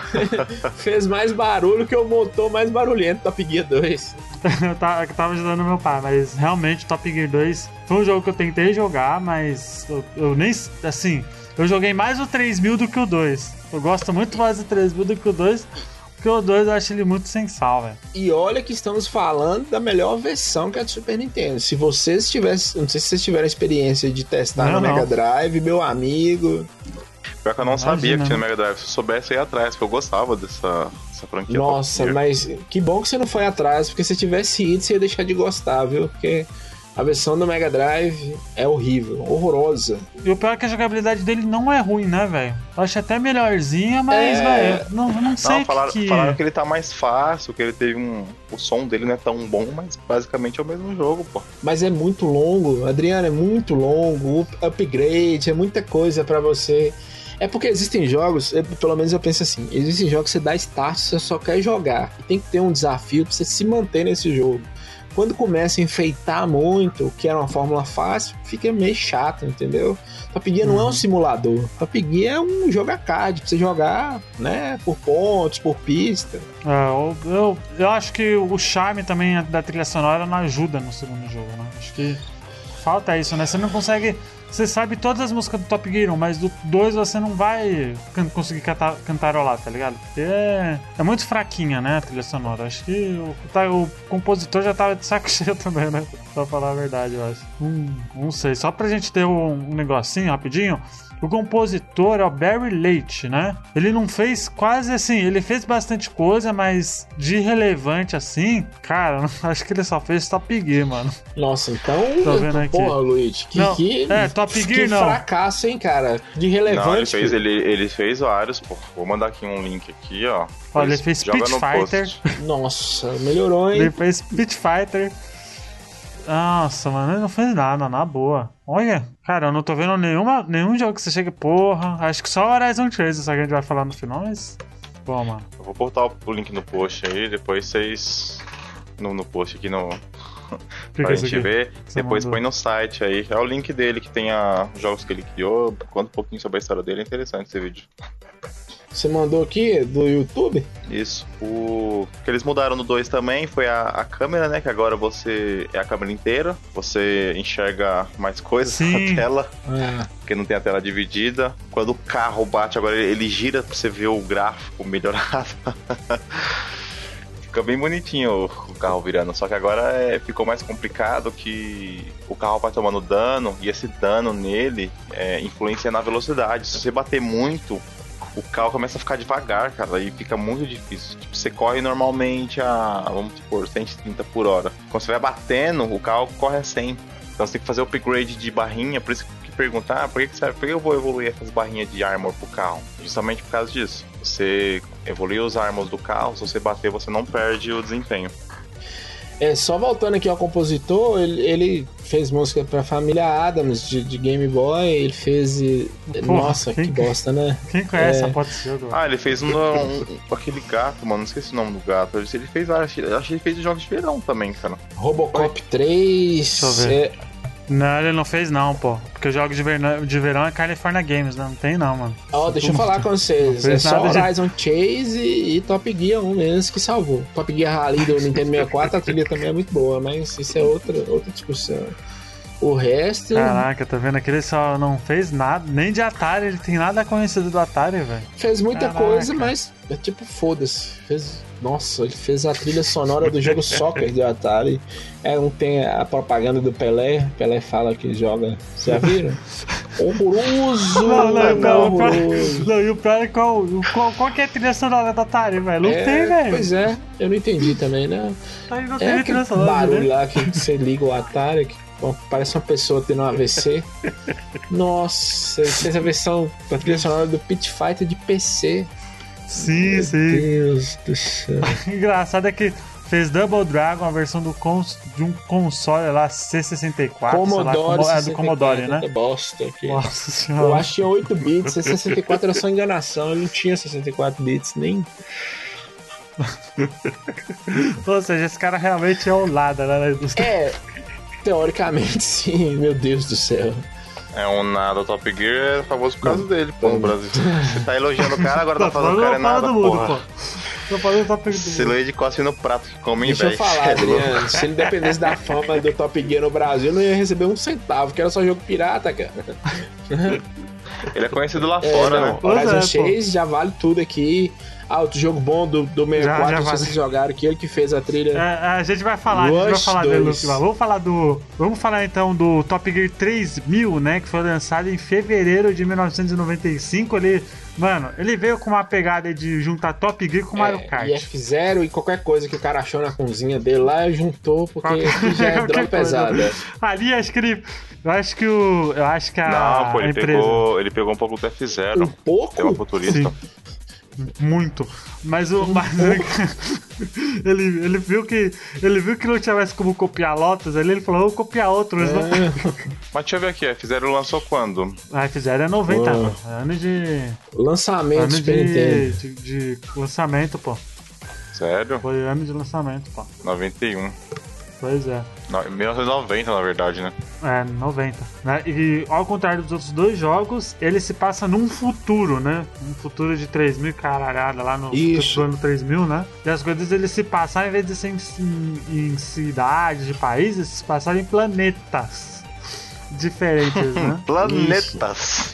fez mais barulho que o motor mais barulhento da Top Gear dois. eu tava, eu tava ajudando meu pai, mas realmente Top Gear dois foi um jogo que eu tentei jogar, mas eu, eu nem. Assim, eu joguei mais o três mil do que o dois. Eu gosto muito mais do três mil do que o dois, porque o dois eu acho ele muito sem sal, velho. E olha que estamos falando da melhor versão que é a do Super Nintendo. Se vocês tivessem, não sei se vocês tiveram a experiência de testar Não, no não. Mega Drive, meu amigo. Pior que eu não Imagina, sabia que tinha né? no Mega Drive. Se eu soubesse, eu ia atrás, porque eu gostava dessa, dessa franquia. Nossa, Top Gear. mas que bom que você não foi atrás, porque se tivesse ido, você ia deixar de gostar, viu? Porque a versão do Mega Drive é horrível, horrorosa. E o pior é que a jogabilidade dele não é ruim, né, velho? Eu acho até melhorzinha, mas, É. velho, não, não sei Não, falaram, que... falaram que ele tá mais fácil, que ele teve um... O som dele não é tão bom, mas basicamente é o mesmo jogo, pô. Mas é muito longo, Adriano, é muito longo, up- upgrade, é muita coisa pra você. É porque existem jogos, eu- pelo menos eu penso assim, existem jogos que você dá start, você só quer jogar. E tem que ter um desafio pra você se manter nesse jogo. Quando começa a enfeitar muito, que era uma fórmula fácil, fica meio chato, entendeu? Top Gear não é um simulador. Top Gear é um jogo arcade, pra você jogar, né, por pontos, por pista. É, eu, eu, eu acho que o charme também da trilha sonora não ajuda no segundo jogo, né? Acho que falta isso, né? Você não consegue... Você sabe todas as músicas do Top Gear um, mas do dois você não vai can- conseguir cantar, cantarolar, tá ligado? Porque é, é muito fraquinha, né, a trilha sonora. Acho que o, tá- o compositor já tava de saco cheio também, né? Pra falar a verdade, eu acho. Hum, não sei, só pra gente ter um, um negocinho rapidinho... O compositor é o Barry Leitch, né? Ele não fez quase assim, ele fez bastante coisa, mas de relevante assim, cara, acho que ele só fez Top Gear, mano. Nossa, então. Tô vendo aqui. Porra, Luigi, que, Não, que, é, Top que Gear não. fracasso, hein, cara? De relevante. Não, ele fez, filho. ele, ele fez vários, pô. Vou mandar aqui um link aqui, ó. Olha, ele Pois, fez joga Pit no Fighter. post. Nossa, melhorou, hein? Ele fez Pit Fighter. Nossa, mano, ele não fez nada, na boa. Olha, cara, eu não tô vendo nenhuma, nenhum jogo que você chega, porra. Acho que só o Horizon Chase, isso que a gente vai falar no final, mas. Bom, mano. Eu vou botar o, o link no post aí, depois vocês. No, no post aqui no. Fica pra isso gente aqui. ver. Você Depois mandou. põe no site aí. É o link dele que tem a, os jogos que ele criou. Conta um pouquinho sobre a história dele, é interessante esse vídeo. Você mandou aqui do YouTube? Isso. O que eles mudaram no dois também foi a, a câmera, né? Que agora você é a câmera inteira. Você enxerga mais coisas Sim. na tela. É. Porque não tem a tela dividida. Quando o carro bate, agora ele gira pra você ver o gráfico melhorado. Fica bem bonitinho o, o carro virando. Só que agora é, ficou mais complicado que o carro vai tomando dano. E esse dano nele é, influencia na velocidade. Se você bater muito, o carro começa a ficar devagar, cara. E fica muito difícil. Tipo, você corre normalmente a, vamos supor, cento e trinta por hora. Quando você vai batendo, o carro corre a cem. Então você tem que fazer upgrade de barrinha. Por isso que perguntar, ah, por que, que, você, por que eu vou evoluir essas barrinhas de armor pro carro? Justamente por causa disso. Você evolui os armors do carro, se você bater, você não perde o desempenho. É, só voltando aqui ao compositor, ele, ele fez música pra família Adams de, de Game Boy, ele fez... Porra, nossa, quem, que bosta, né? Quem conhece É. a pode ser agora? Ah, ele fez um, um, aquele gato, mano, não esqueci o nome do gato. Ele fez vários, acho que ele fez jogos de verão também, cara. Robocop três... Deixa eu ver. É, Não, ele não fez não, pô. Porque os jogos de verão, de verão é California Games, né? Não tem não, mano. ó, deixa eu falar com vocês, Não é fez só nada de- Horizon Chase e, e Top Gear um mesmo que salvou. Top Gear Rally do Nintendo sessenta e quatro, a trilha também é muito boa, mas isso é outra, outra discussão. O resto... Caraca, tá vendo aqui? Ele só não fez nada, nem de Atari, ele tem nada conhecido do Atari, velho. Fez muita Caraca. coisa, mas é tipo, foda-se. Fez... Nossa, ele fez a trilha sonora do jogo Soccer do Atari. É, um tem a propaganda do Pelé. Pelé fala que joga. Vocês já viram? Horroroso! Não, não, não. o pior- horroroso. Não, e o pior é qual, qual, qual que é a trilha sonora do Atari, velho? Não É, tem, velho. Pois é, eu não entendi também, né? Aí não É tem aquele trilha sonora, barulho né? lá que você liga o Atari, que bom, parece uma pessoa tendo um A V C. Nossa, ele fez a versão da trilha sonora do Pit Fighter de P C. Sim, Meu sim. Deus do céu. Engraçado é que fez Double Dragon, a versão do cons, de um console lá, C sessenta e quatro, sei lá, Commodore como- é do Commodore, sessenta e quatro, né? é bosta aqui. Nossa Eu senhora. acho que tinha oito bits, e sessenta e quatro era só enganação, ele não tinha sessenta e quatro bits, nem... Ou seja, esse cara realmente é o nada, né? Dos- É, teoricamente sim, meu Deus do céu. É um nada, o Top Gear é famoso por causa dele, pô, no Brasil. Você tá elogiando o cara, agora tá falando o cara é fala nada, do mundo, porra. pô. Tô falando do Top Gear. Siloide cospe no prato que come, Deixa eu velho. falar, É louco. Adriano, se ele dependesse da fama do Top Gear no Brasil, eu não ia receber um centavo, que era só jogo pirata, cara. Ele é conhecido lá É, fora, não, né? Pois Horizon é, pô. Chase já vale tudo aqui. Ah, outro jogo bom do, do sessenta e quatro, Já- já se vale. vocês jogaram aqui, ele que fez a trilha. É, a gente vai falar, a gente vai Rush falar dele no dois. final. Vamos falar do. Vamos falar então do Top Gear três mil, né? Que foi lançado em fevereiro de mil novecentos e noventa e cinco. Ele, mano, ele veio com uma pegada de juntar Top Gear com Mario Kart. É, e F zero e qualquer coisa que o cara achou na cozinha dele lá, juntou, porque aqui já é Qualquer droga coisa. pesada. Ali acho que ele. Eu acho que o. Eu acho que a, Não, pô, a ele empresa. pegou, ele pegou um pouco do F Um zero. Tem pouco? uma futurista. Sim. Muito. Mas o. Mas ele, ele viu que. Ele viu que não tinha mais como copiar Lotus, ali ele falou, vou copiar outro. Mas não. É, Mas deixa eu ver aqui, F zero lançou quando? Ah, fizeram é noventa, Ah. mano. Ano de. lançamento Ano Super Nintendo. de, de, de lançamento, pô. Sério? Foi ano de lançamento, pô. noventa e um. Pois é. No- mil novecentos e noventa, na verdade, né? É, noventa. Né? E ao contrário dos outros dois jogos, ele se passa num futuro, né? Um futuro de três mil caralhada lá no Isso. do ano três mil, né? E as coisas eles se passam, ao invés de ser em, em, em cidades, de países, se passaram em planetas diferentes, né? Planetas.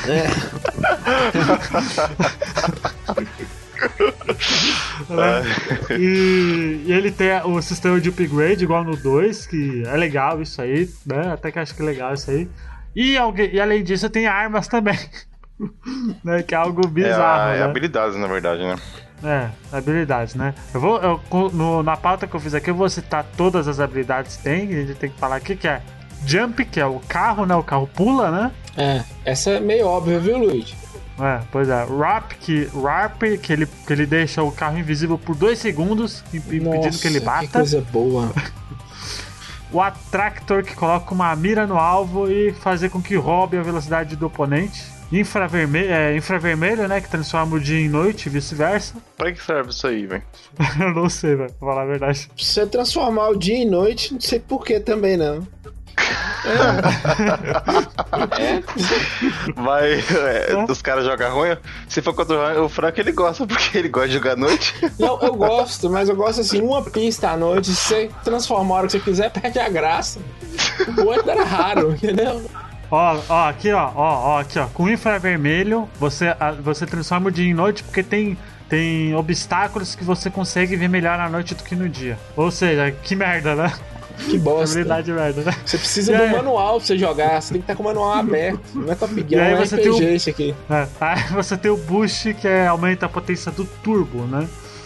Né? E, e ele tem o sistema de upgrade igual no dois, que é legal isso aí, né? Até que acho que é legal isso aí. E, alguém, e além disso tem armas também. Né? Que é algo É, bizarro, a- é né? habilidades, na verdade, né? É, habilidades, né? Eu vou, eu, no, na pauta que eu fiz aqui, eu vou citar todas as habilidades que tem. A gente tem que falar aqui que é Jump, que é o carro, né? O carro pula, né? É, essa é meio óbvia, viu, Luigi? É, pois é. Warp, que, Warp, que, ele, que ele deixa o carro invisível por dois segundos, impedindo Nossa, que ele que bata. coisa boa. O Attractor, que coloca uma mira no alvo e fazer com que roube a velocidade do oponente. Infravermelho, é, infravermelho, né? Que transforma o dia em noite e vice-versa. Pra que serve isso aí, velho? Eu não sei, velho, pra falar a verdade. Pra você transformar o dia em noite, não sei por que também, não. É. Vai, é, os caras jogam ruim. Se for contra o Frank, ele gosta, porque ele gosta de jogar à noite. Não, eu gosto, mas eu gosto assim, uma pista à noite, se você transformar a hora que você quiser, perde a graça. O outro era raro, entendeu? Ó, ó, aqui, ó, ó, ó, aqui, ó. Com infravermelho, você, a, você transforma o dia em noite porque tem, tem obstáculos que você consegue ver melhor à noite do que no dia. Ou seja, que merda, né? Que bosta. Habilidade merda, né? Você precisa E do aí? manual pra você jogar, você tem que estar com o manual aberto. Não é Top Gear, E aí é um você R tem P G o- esse aqui. É, aí você tem o boost, que é, aumenta a potência do turbo, né?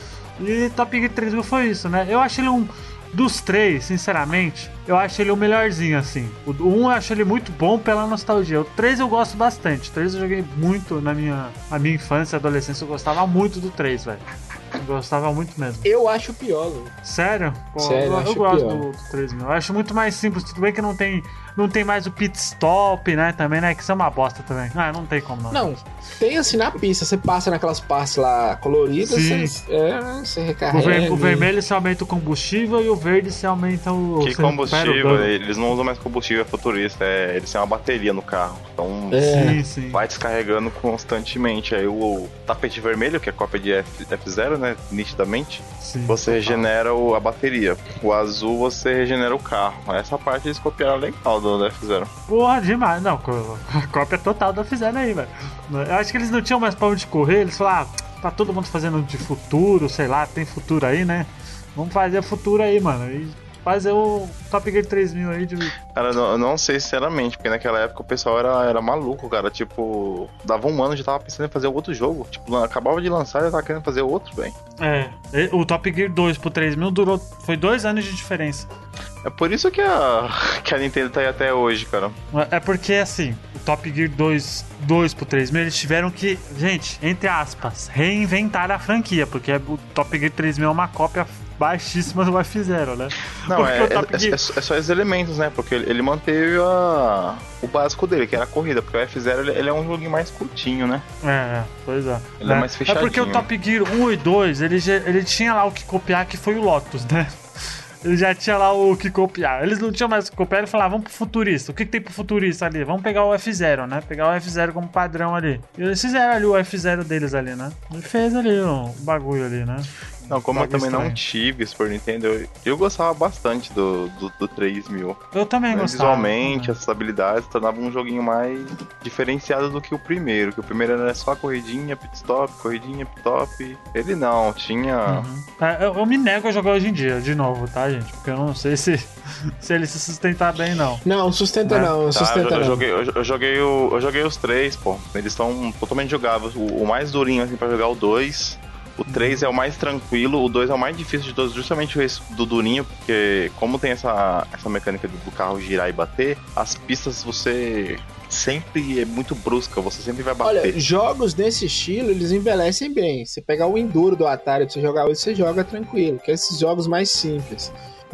E Top Gear três mil foi isso, né? Eu acho ele um... Dos três, sinceramente, eu acho ele o melhorzinho, assim. O um eu acho ele muito bom pela nostalgia. O três eu gosto bastante. O três eu joguei muito na minha, na minha infância e adolescência. Eu gostava muito do três, velho. Eu gostava muito mesmo. Eu acho o pior, velho. Sério? Pô, Sério, eu, eu eu acho gosto pior. do, do três mil. Eu acho muito mais simples. Tudo bem que não tem, não tem mais o pit stop, né? Também, né? Que isso é uma bosta também. Ah, não tem como não. Não, tem assim na pista, você passa naquelas partes lá coloridas, Sim. você, é, você O, recarrega. ver- o e- vermelho você aumenta o combustível e o verde você aumenta o... Que você recupera o combustível, dano. eles não usam mais combustível futurista, é, eles têm uma bateria no carro. Então É. Sim, sim. vai descarregando constantemente. Aí o, o tapete vermelho, que é cópia de F, F zero, né? Nitidamente, sim você total. regenera o- a bateria. O azul você regenera o carro. Essa parte eles copiaram legal do, do F zero. Porra, demais. Não, co- a cópia total da fizeram aí, velho. Eu acho que eles não tinham mais pra onde correr. Eles falaram, ah, tá todo mundo fazendo de futuro, sei lá, tem futuro aí, né? Vamos fazer futuro aí, mano. E fazer o Top Gear três mil aí de... Cara, eu não, eu não sei sinceramente, porque naquela época o pessoal era, era maluco, cara. Tipo, dava um ano e já tava pensando em fazer outro jogo. Tipo, acabava de lançar e já tava querendo fazer outro, velho. É, e- o Top Gear dois pro três mil durou... Foi dois anos de diferença. É por isso que a, que a Nintendo tá aí até hoje, cara. É porque, assim, o Top Gear dois, dois pro três mil, eles tiveram que, gente, entre aspas, reinventar a franquia, porque o Top Gear três mil é uma cópia baixíssima do F zero, né? Não, Porque é, o Top é, Gear- é, é só esses elementos, né? Porque ele, ele manteve a, o básico dele, que era a corrida. Porque o F zero ele, ele é um joguinho mais curtinho, né? É, é, pois é. Ele é mais É porque o fechadinho. Top Gear um e dois, ele, já- ele tinha lá o que copiar, que foi o Lotus, né? Ele já tinha lá o que copiar. Eles não tinham mais o que copiar, ele falava, vamos pro futurista. O que, que tem pro futurista ali? Vamos pegar o F zero, né? Pegar o F zero como padrão ali. E eles fizeram ali o F zero deles ali, né? Ele fez ali o bagulho ali, né? Não, como eu Bagulho também não estranho. tive Super Nintendo, eu, eu gostava bastante do, do, do três mil. Eu também Né? gostava. Visualmente, essas habilidades tornavam um joguinho mais diferenciado do que o primeiro. Que o primeiro era só corridinha, pit stop, corridinha, pit stop. Ele não, tinha... Uhum. É, eu, eu me nego a jogar hoje em dia, de novo, tá, gente? Porque eu não sei se, se ele se sustentar bem, não. Não, sustenta É. não, Tá, eu, sustenta eu não. joguei, eu, eu joguei o, eu joguei os três, pô. Eles estão totalmente jogáveis. O, o mais durinho, assim, pra jogar é o dois. O três é o mais tranquilo, o dois é o mais difícil de todos, justamente esse do durinho, porque como tem essa, essa mecânica do carro girar e bater, as pistas você sempre é muito brusca, você sempre vai bater. Olha, jogos desse estilo, eles envelhecem bem. Você pegar o Enduro do Atari pra você jogar hoje, você joga tranquilo, que é esses jogos mais simples.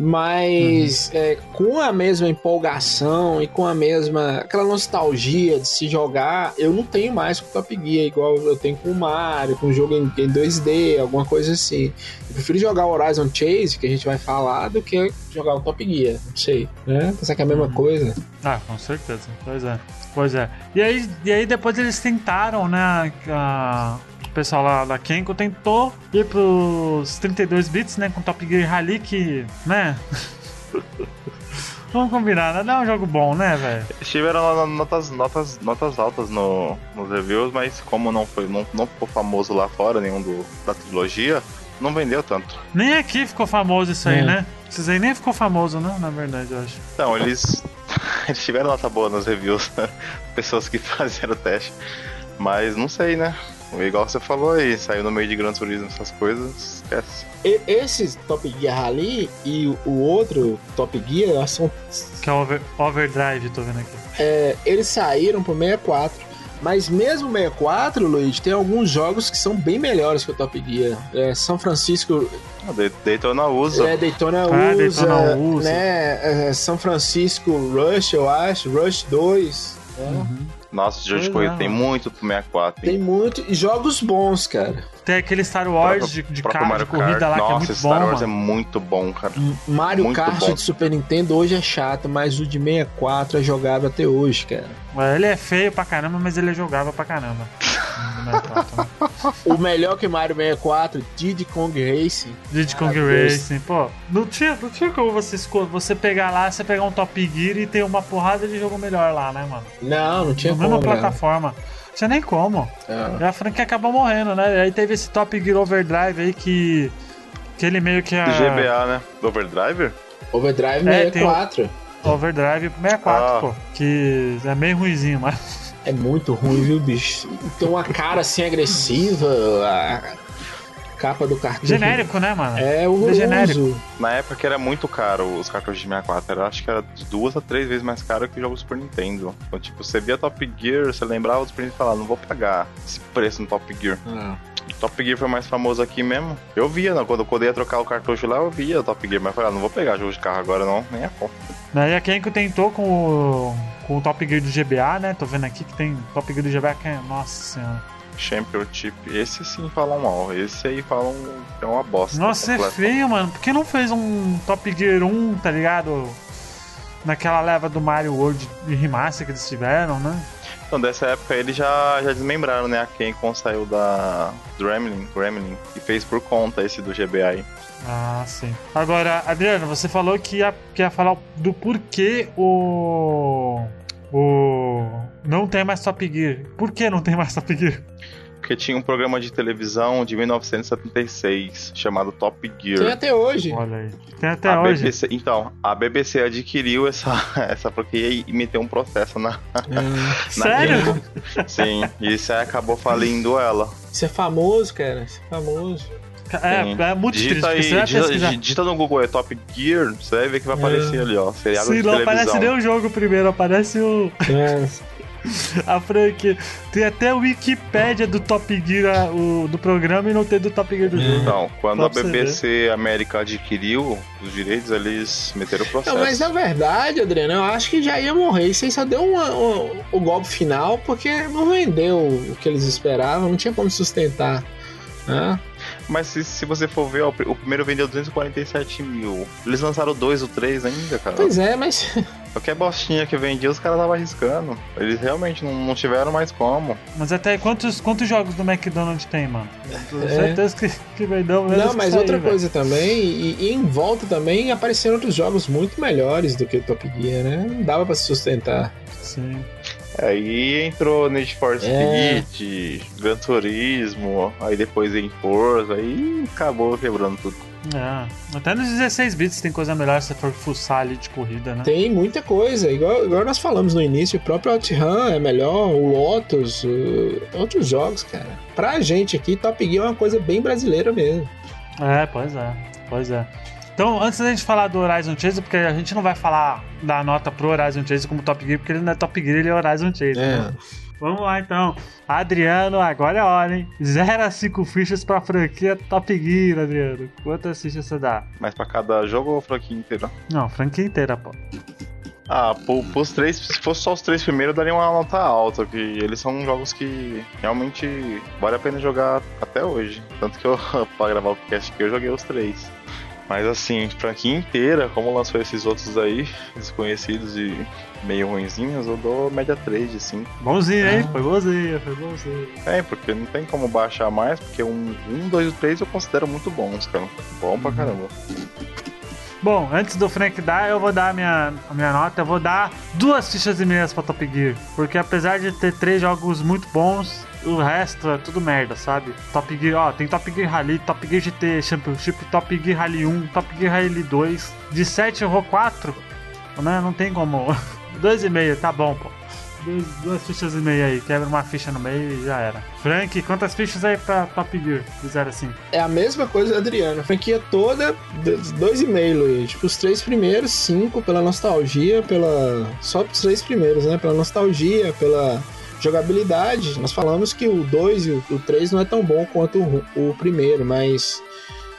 Mas é, com a mesma empolgação e com a mesma aquela nostalgia de se jogar, eu não tenho mais com o Top Gear, igual eu tenho com o Mario, com o jogo em, em dois D, alguma coisa assim. Eu prefiro jogar o Horizon Chase, que a gente vai falar, do que jogar o Top Gear, não sei, né? Pensar que é a mesma coisa. Ah, com certeza. Pois é. Pois é. E aí, e aí depois eles tentaram, né? A, o pessoal lá da Kenko tentou ir pros trinta e dois bits, né? Com Top Gear Rally, que, né? Vamos combinar, né? Não é um jogo bom, né, velho? Tiveram lá notas, notas, notas altas no, nos reviews, mas como não, foi, não, não ficou famoso lá fora, nenhum do, da trilogia, não vendeu tanto. Nem aqui ficou famoso isso aí, É. né? Isso aí nem ficou famoso, né? Na verdade, eu acho. Então, eles, eles tiveram nota boa nos reviews, pessoas que fizeram o teste, mas não sei, né? Igual você falou aí, saiu no meio de Gran Turismo, essas coisas, esquece. E- esse Top Gear Rally e o- o outro Top Gear, elas são, Que é o over, Overdrive, tô vendo aqui. é, eles saíram pro sessenta e quatro. Mas mesmo o sessenta e quatro, Luiz, tem alguns jogos que são bem melhores que o Top Gear. É, São Francisco, Ah, De- Daytona usa. é, Daytona Ah, usa, Daytona usa. né? é, São Francisco Rush, eu acho, Rush dois. né? Uhum. Nossa, jogo de Pois corrida é, tem mano. muito pro sessenta e quatro. Tem hein? muito. E jogos bons, cara. Tem aquele Star Wars Próprio- de, de próprio carro de Mario corrida Kart. lá, Nossa, que é muito esse bom, Star Wars mano. é muito bom, cara. Mario Muito Kart bom. de Super Nintendo hoje é chato, mas o de sessenta e quatro é jogável até hoje, cara. Ele é feio pra caramba, mas ele é jogável pra caramba. Não é tanto, né? O melhor que Mario sessenta e quatro, Diddy Kong Racing. Diddy Kong Maravilhoso. Racing, pô. Não tinha, não tinha como você, esco- você pegar lá, você pegar um Top Gear e ter uma porrada de jogo melhor lá, né, mano? Não, não tinha Na como, mesma né? plataforma. Não tinha nem como. Não. E a franquia acabou morrendo, né? E aí teve esse Top Gear Overdrive aí que. Que ele meio que. Do A... G B A, né? Do Overdriver? Overdrive É, sessenta tem e o- quatro. Overdrive sessenta e quatro, Ah. pô. Que é meio ruinzinho, mas. É muito ruim, viu, bicho? Tem uma cara assim agressiva, a capa do cartucho. Genérico, né, mano? É É horroroso. genérico. Na época que era muito caro os cartuchos de sessenta e quatro, era, acho que era de duas a três vezes mais caro que o jogo do Super Nintendo. Então, tipo, você via Top Gear, você lembrava do Super Nintendo e falava, não vou pagar esse preço no Top Gear. Ah. O Top Gear foi mais famoso aqui mesmo. Eu via, não, quando, quando eu ia trocar o cartucho lá, eu via o Top Gear, mas eu falei, ah, não vou pegar jogo de carro agora não, nem a conta. Aí a Kenko tentou com o, com o Top Gear do G B A, né? Tô vendo aqui que tem Top Gear do G B A que é. Nossa senhora. Championship, esse sim falam mal, esse aí falam que é uma bosta. Nossa, é completa. feio, mano. Por que não fez um Top Gear um, tá ligado? Naquela leva do Mario World de remaster que eles tiveram, né? Então, dessa época eles já, já desmembraram, né? A Capcom saiu da Gremlin, Gremlin e fez por conta esse do G B A aí. Ah, sim. Agora, Adriano, você falou que ia, que ia falar do porquê o. O. Não tem mais Top Gear. Por que não tem mais Top Gear? Porque tinha um programa de televisão de mil novecentos e setenta e seis chamado Top Tem Gear. até hoje. Olha aí. Tem até a hoje. B B C, então, a B B C adquiriu essa, essa franquia e meteu um processo na, Ah, na Sério? Capcom. Sim, e isso aí acabou falindo ela. isso é famoso, cara. Isso é famoso. Sim. É, é muito triste. Digita Porque aí, você vai digita, pesquisar. digita no Google é Top Gear, você vai ver que vai É. aparecer ali, ó. Seriado Sim, de não televisão. aparece nem o jogo primeiro, aparece o. É. A franquia. Tem até o Wikipédia do Top Gear a- o, do programa e não tem do Top Gear do jogo. Então, quando Só a pra você B B C América adquiriu os direitos, eles meteram o processo. Não, mas na verdade, Adriano, eu acho que já ia morrer. Isso aí só deu uma, uma- o golpe final porque não vendeu o que eles esperavam, não tinha como sustentar. Né? Mas se, se você for ver, ó, o primeiro vendeu duzentos e quarenta e sete mil. Eles lançaram o dois, o três ainda, cara. Pois é, mas Qualquer bostinha que vendia, os caras estavam arriscando. Eles realmente não, não tiveram mais como. Mas até aí, quantos, quantos jogos do McDonald's tem, mano? Tenho É. certeza que, que vendeu menos não, que mas isso aí, outra velho. coisa também, e, e em volta também apareceram outros jogos muito melhores do que o Top Gear, né? Não dava pra se sustentar. Sim. Aí entrou Need for É. Speed, Gran Turismo, aí depois em Forza, aí acabou quebrando tudo. É. Até nos dezesseis bits tem coisa melhor se você for fuçar ali de corrida, né? Tem muita coisa, igual, igual nós falamos no início, o próprio OutRun é melhor, o Lotus, uh, outros jogos, cara. Pra gente aqui, Top Gear é uma coisa bem brasileira mesmo. É, pois é. Pois é. Então, antes da gente falar do Horizon Chase, porque a gente não vai falar da nota pro Horizon Chase como Top Gear, porque ele não é Top Gear, ele é Horizon Chase. né? Vamos lá, então. Adriano, agora é hora, hein? zero a cinco fichas pra franquia Top Gear, Adriano. Quantas fichas você dá? Mas pra cada jogo ou franquia inteira? Não, franquia inteira, pô. Ah, pro, pros três, se fosse só os três primeiros, eu daria uma nota alta, que eles são jogos que realmente vale a pena jogar até hoje. Tanto que eu, pra gravar o podcast aqui, eu joguei os três. Mas assim, franquia inteira, como lançou esses outros aí, desconhecidos e meio ruinzinhos, eu dou média três de cinco. Bonzinho, hein? Ah. Foi bonzinho, foi bonzinho. É, porque não tem como baixar mais, porque um, um dois e três eu considero muito bons, cara. Bom pra caramba. Bom, antes do Frank dar, eu vou dar a minha, a minha nota. Eu vou dar duas fichas e meias pra Top Gear. Porque apesar de ter três jogos muito bons, o resto é tudo merda, sabe? Top Gear, ó, tem Top Gear Rally, Top Gear G T Championship, Top Gear Rally um, Top Gear Rally dois. De sete eu vou quatro, né? Não tem como. dois e meio, tá bom, pô. Duas, duas fichas e meia aí, quebra uma ficha no meio e já era. Frank, quantas fichas aí pra Top Gear? Fizeram assim. É a mesma coisa do Adriano. A franquia toda, d- dois e meio, Luiz. Tipo, os três primeiros, cinco pela nostalgia, pela. Só os três primeiros, né? Pela nostalgia, pela jogabilidade. Nós falamos que o dois e o três não é tão bom quanto o, o primeiro, mas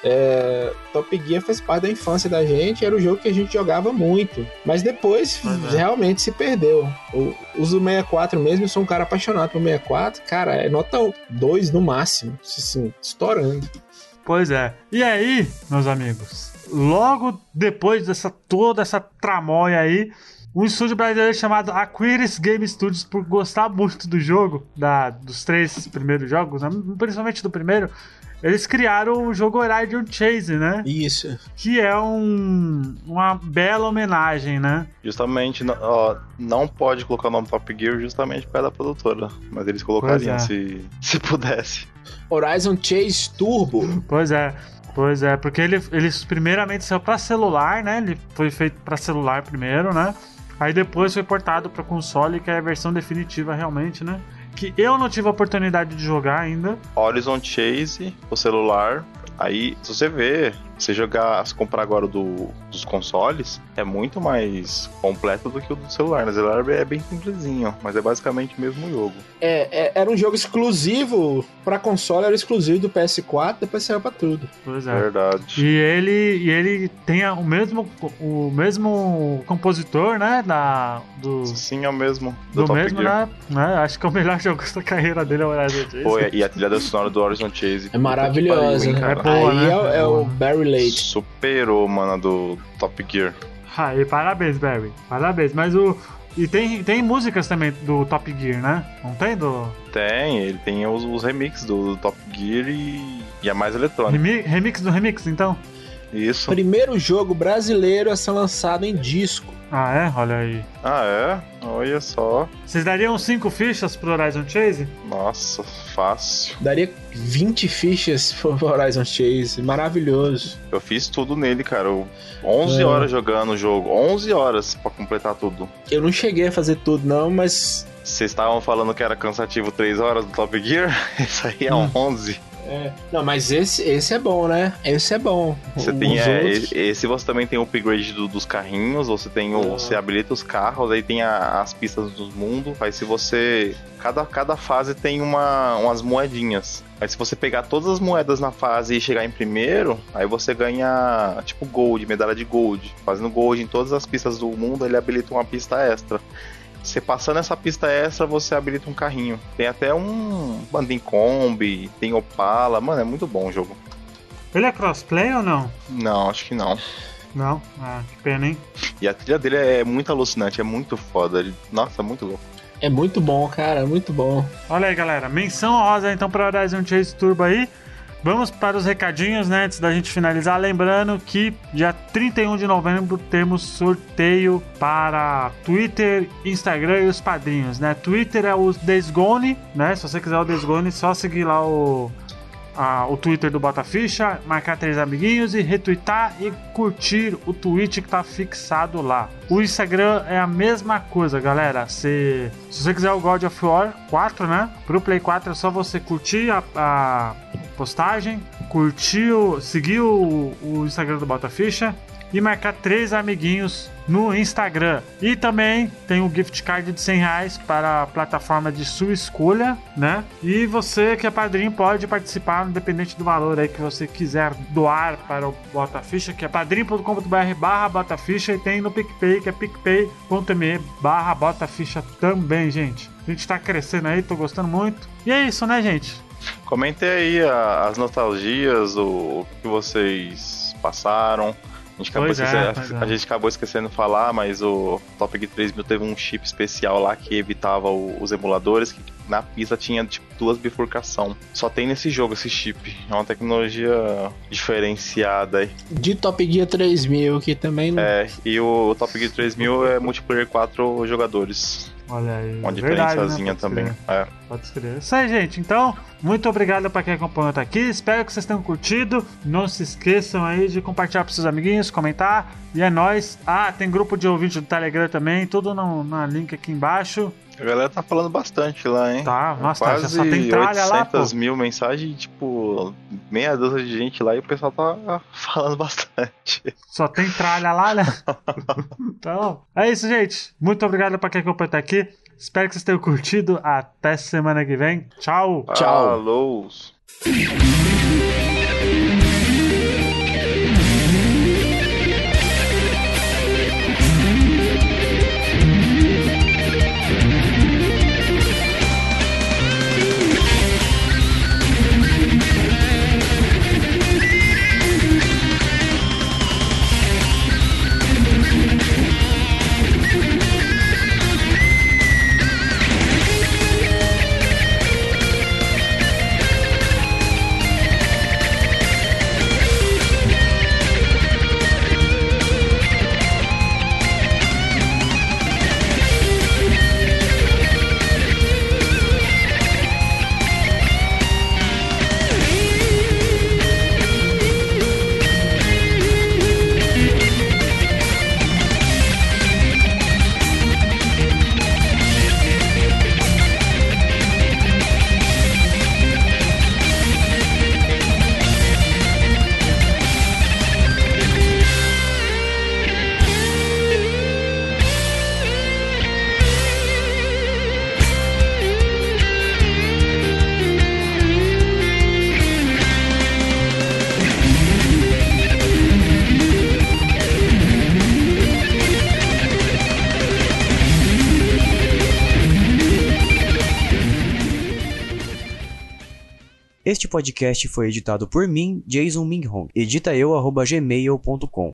É, Top Gear faz parte da infância da gente, era o jogo que a gente jogava muito. Mas depois Mas é. realmente se perdeu. O, os do sessenta e quatro mesmo, eu sou um cara apaixonado por sessenta e quatro. Cara, é nota dois no máximo, assim, estourando. Pois é. E aí, meus amigos, logo depois dessa toda essa tramóia aí, um estúdio brasileiro chamado Aquiris Game Studios, por gostar muito do jogo, da, dos três primeiros jogos, né, principalmente do primeiro, eles criaram o jogo Horizon Chase, né? Isso. Que é um, uma bela homenagem, né? Justamente, ó, não pode colocar o nome Top Gear justamente por causa da produtora. Mas eles colocariam é. se, se pudesse. Horizon Chase Turbo. Pois é. Pois é, porque ele, ele primeiramente saiu pra celular, né? Ele foi feito pra celular primeiro, né? Aí depois foi portado pra console, que é a versão definitiva realmente, né? Que eu não tive a oportunidade de jogar ainda. Horizon Chase, o celular. Aí, se você ver, você jogar, se comprar agora do, dos consoles, é muito mais completo do que o do celular. O celular é bem simplesinho, mas é basicamente o mesmo jogo. É, é, era um jogo exclusivo pra console, era exclusivo do P S quatro, depois saiu pra tudo. Pois é. Verdade. E ele, e ele tem o mesmo, o mesmo compositor, né? Da, do, Sim, é o mesmo. Do, do Top mesmo, Gear. né, né? Acho que é o melhor jogo da carreira dele é o Horizon Chase. Pô, e a trilha sonora do Horizon Chase. É maravilhosa, hein, né? cara? É boa, Aí né? é, o- É é boa, o né? Barry Leite. Superou, mano, do Top Gear. Aí, parabéns, Barry. Parabéns. Mas o. E tem, tem músicas também do Top Gear, né? Não tem? Do. Tem, ele tem os, os remixes do, do Top Gear e, e a mais eletrônica. Remi- remix do remix, então? Isso. Primeiro jogo brasileiro a ser lançado em disco. Ah, é? Olha aí. Ah, é? Olha só. Vocês dariam cinco fichas pro Horizon Chase? Nossa, fácil. Daria vinte fichas pro Horizon Chase. Maravilhoso. Eu fiz tudo nele, cara. Eu, onze É. horas jogando o jogo. onze horas pra completar tudo. Eu não cheguei a fazer tudo, não, mas. Vocês estavam falando que era cansativo três horas do Top Gear? Isso aí é um Hum. onze. É. Não, mas esse, esse é bom, né? Esse é bom. Você Os tem, é, outros- e- esse você também tem o upgrade do- dos carrinhos, você tem o, Ah. você habilita os carros, aí tem a- as pistas dos mundos, aí se você, cada, cada fase tem uma, umas moedinhas, aí se você pegar todas as moedas na fase e chegar em primeiro, aí você ganha tipo gold, medalha de gold, fazendo gold em todas as pistas do mundo, ele habilita uma pista extra. Você passando essa pista extra, você habilita um carrinho. Tem até um Bandem Kombi, tem Opala. Mano, é muito bom o jogo. Ele é crossplay ou não? Não, acho que não. Não? Ah, que pena, hein? E a trilha dele é muito alucinante, é muito foda. Ele- Nossa, é muito louco. É muito bom, cara. É muito bom. Olha aí, galera. Menção rosa então para Horizon Chase Turbo aí. Vamos para os recadinhos, né? Antes da gente finalizar. Lembrando que dia trinta e um de novembro temos sorteio para Twitter, Instagram e os padrinhos, né? Twitter é o Days Gone, né? Se você quiser o Days Gone, é só seguir lá o, a- o Twitter do Bota Ficha, marcar três amiguinhos e retweetar e curtir o tweet que tá fixado lá. O Instagram é a mesma coisa, galera. Se, se você quiser o God of War quatro, né? Pro Play quatro é só você curtir a, a postagem, curtir, o- seguir o, o Instagram do Bota Ficha e marcar três amiguinhos no Instagram. E também tem o gift card de cem reais para a plataforma de sua escolha, né? E você que é padrinho pode participar, independente do valor aí que você quiser doar para o Bota Ficha, que é padrinho.com.br barra Bota Ficha, e tem no PicPay, que é picpay.me barra Bota Ficha também, gente. A gente tá crescendo aí, tô gostando muito. E é isso, né, gente? Comentem aí a- as nostalgias, o, o que vocês passaram. A gente, acabou Pois é, esquecendo, pois é. a gente acabou esquecendo de falar, mas o Top Gear três mil teve um chip especial lá que evitava o- os emuladores, que na pista tinha tipo duas bifurcação. Só tem nesse jogo esse chip. É uma tecnologia diferenciada aí. De Top Gear três mil, que também não. É, e o Top Gear três mil é multiplayer quatro jogadores. Olha aí. Uma verdade, diferençazinha né? Pode também. crer. É. Pode escrever. Isso aí, gente. Então, muito obrigado para quem acompanhou até aqui. Espero que vocês tenham curtido. Não se esqueçam aí de compartilhar para seus amiguinhos, comentar. E é nóis. Ah, tem grupo de ouvinte do Telegram também. Tudo no, no link aqui embaixo. A galera tá falando bastante lá, hein? Tá, nossa, tá, já Quase só tem tralha lá, pô. oitocentas mil mensagens, tipo, meia dúzia de gente lá e o pessoal tá falando bastante. Só tem tralha lá, né? Então, é isso, gente. Muito obrigado para quem acompanhou até aqui. Espero que vocês tenham curtido. Até semana que vem. Tchau. Tchau. Alô. Este podcast foi editado por mim, Jason Minghong. Edita eu, arroba gmail ponto com.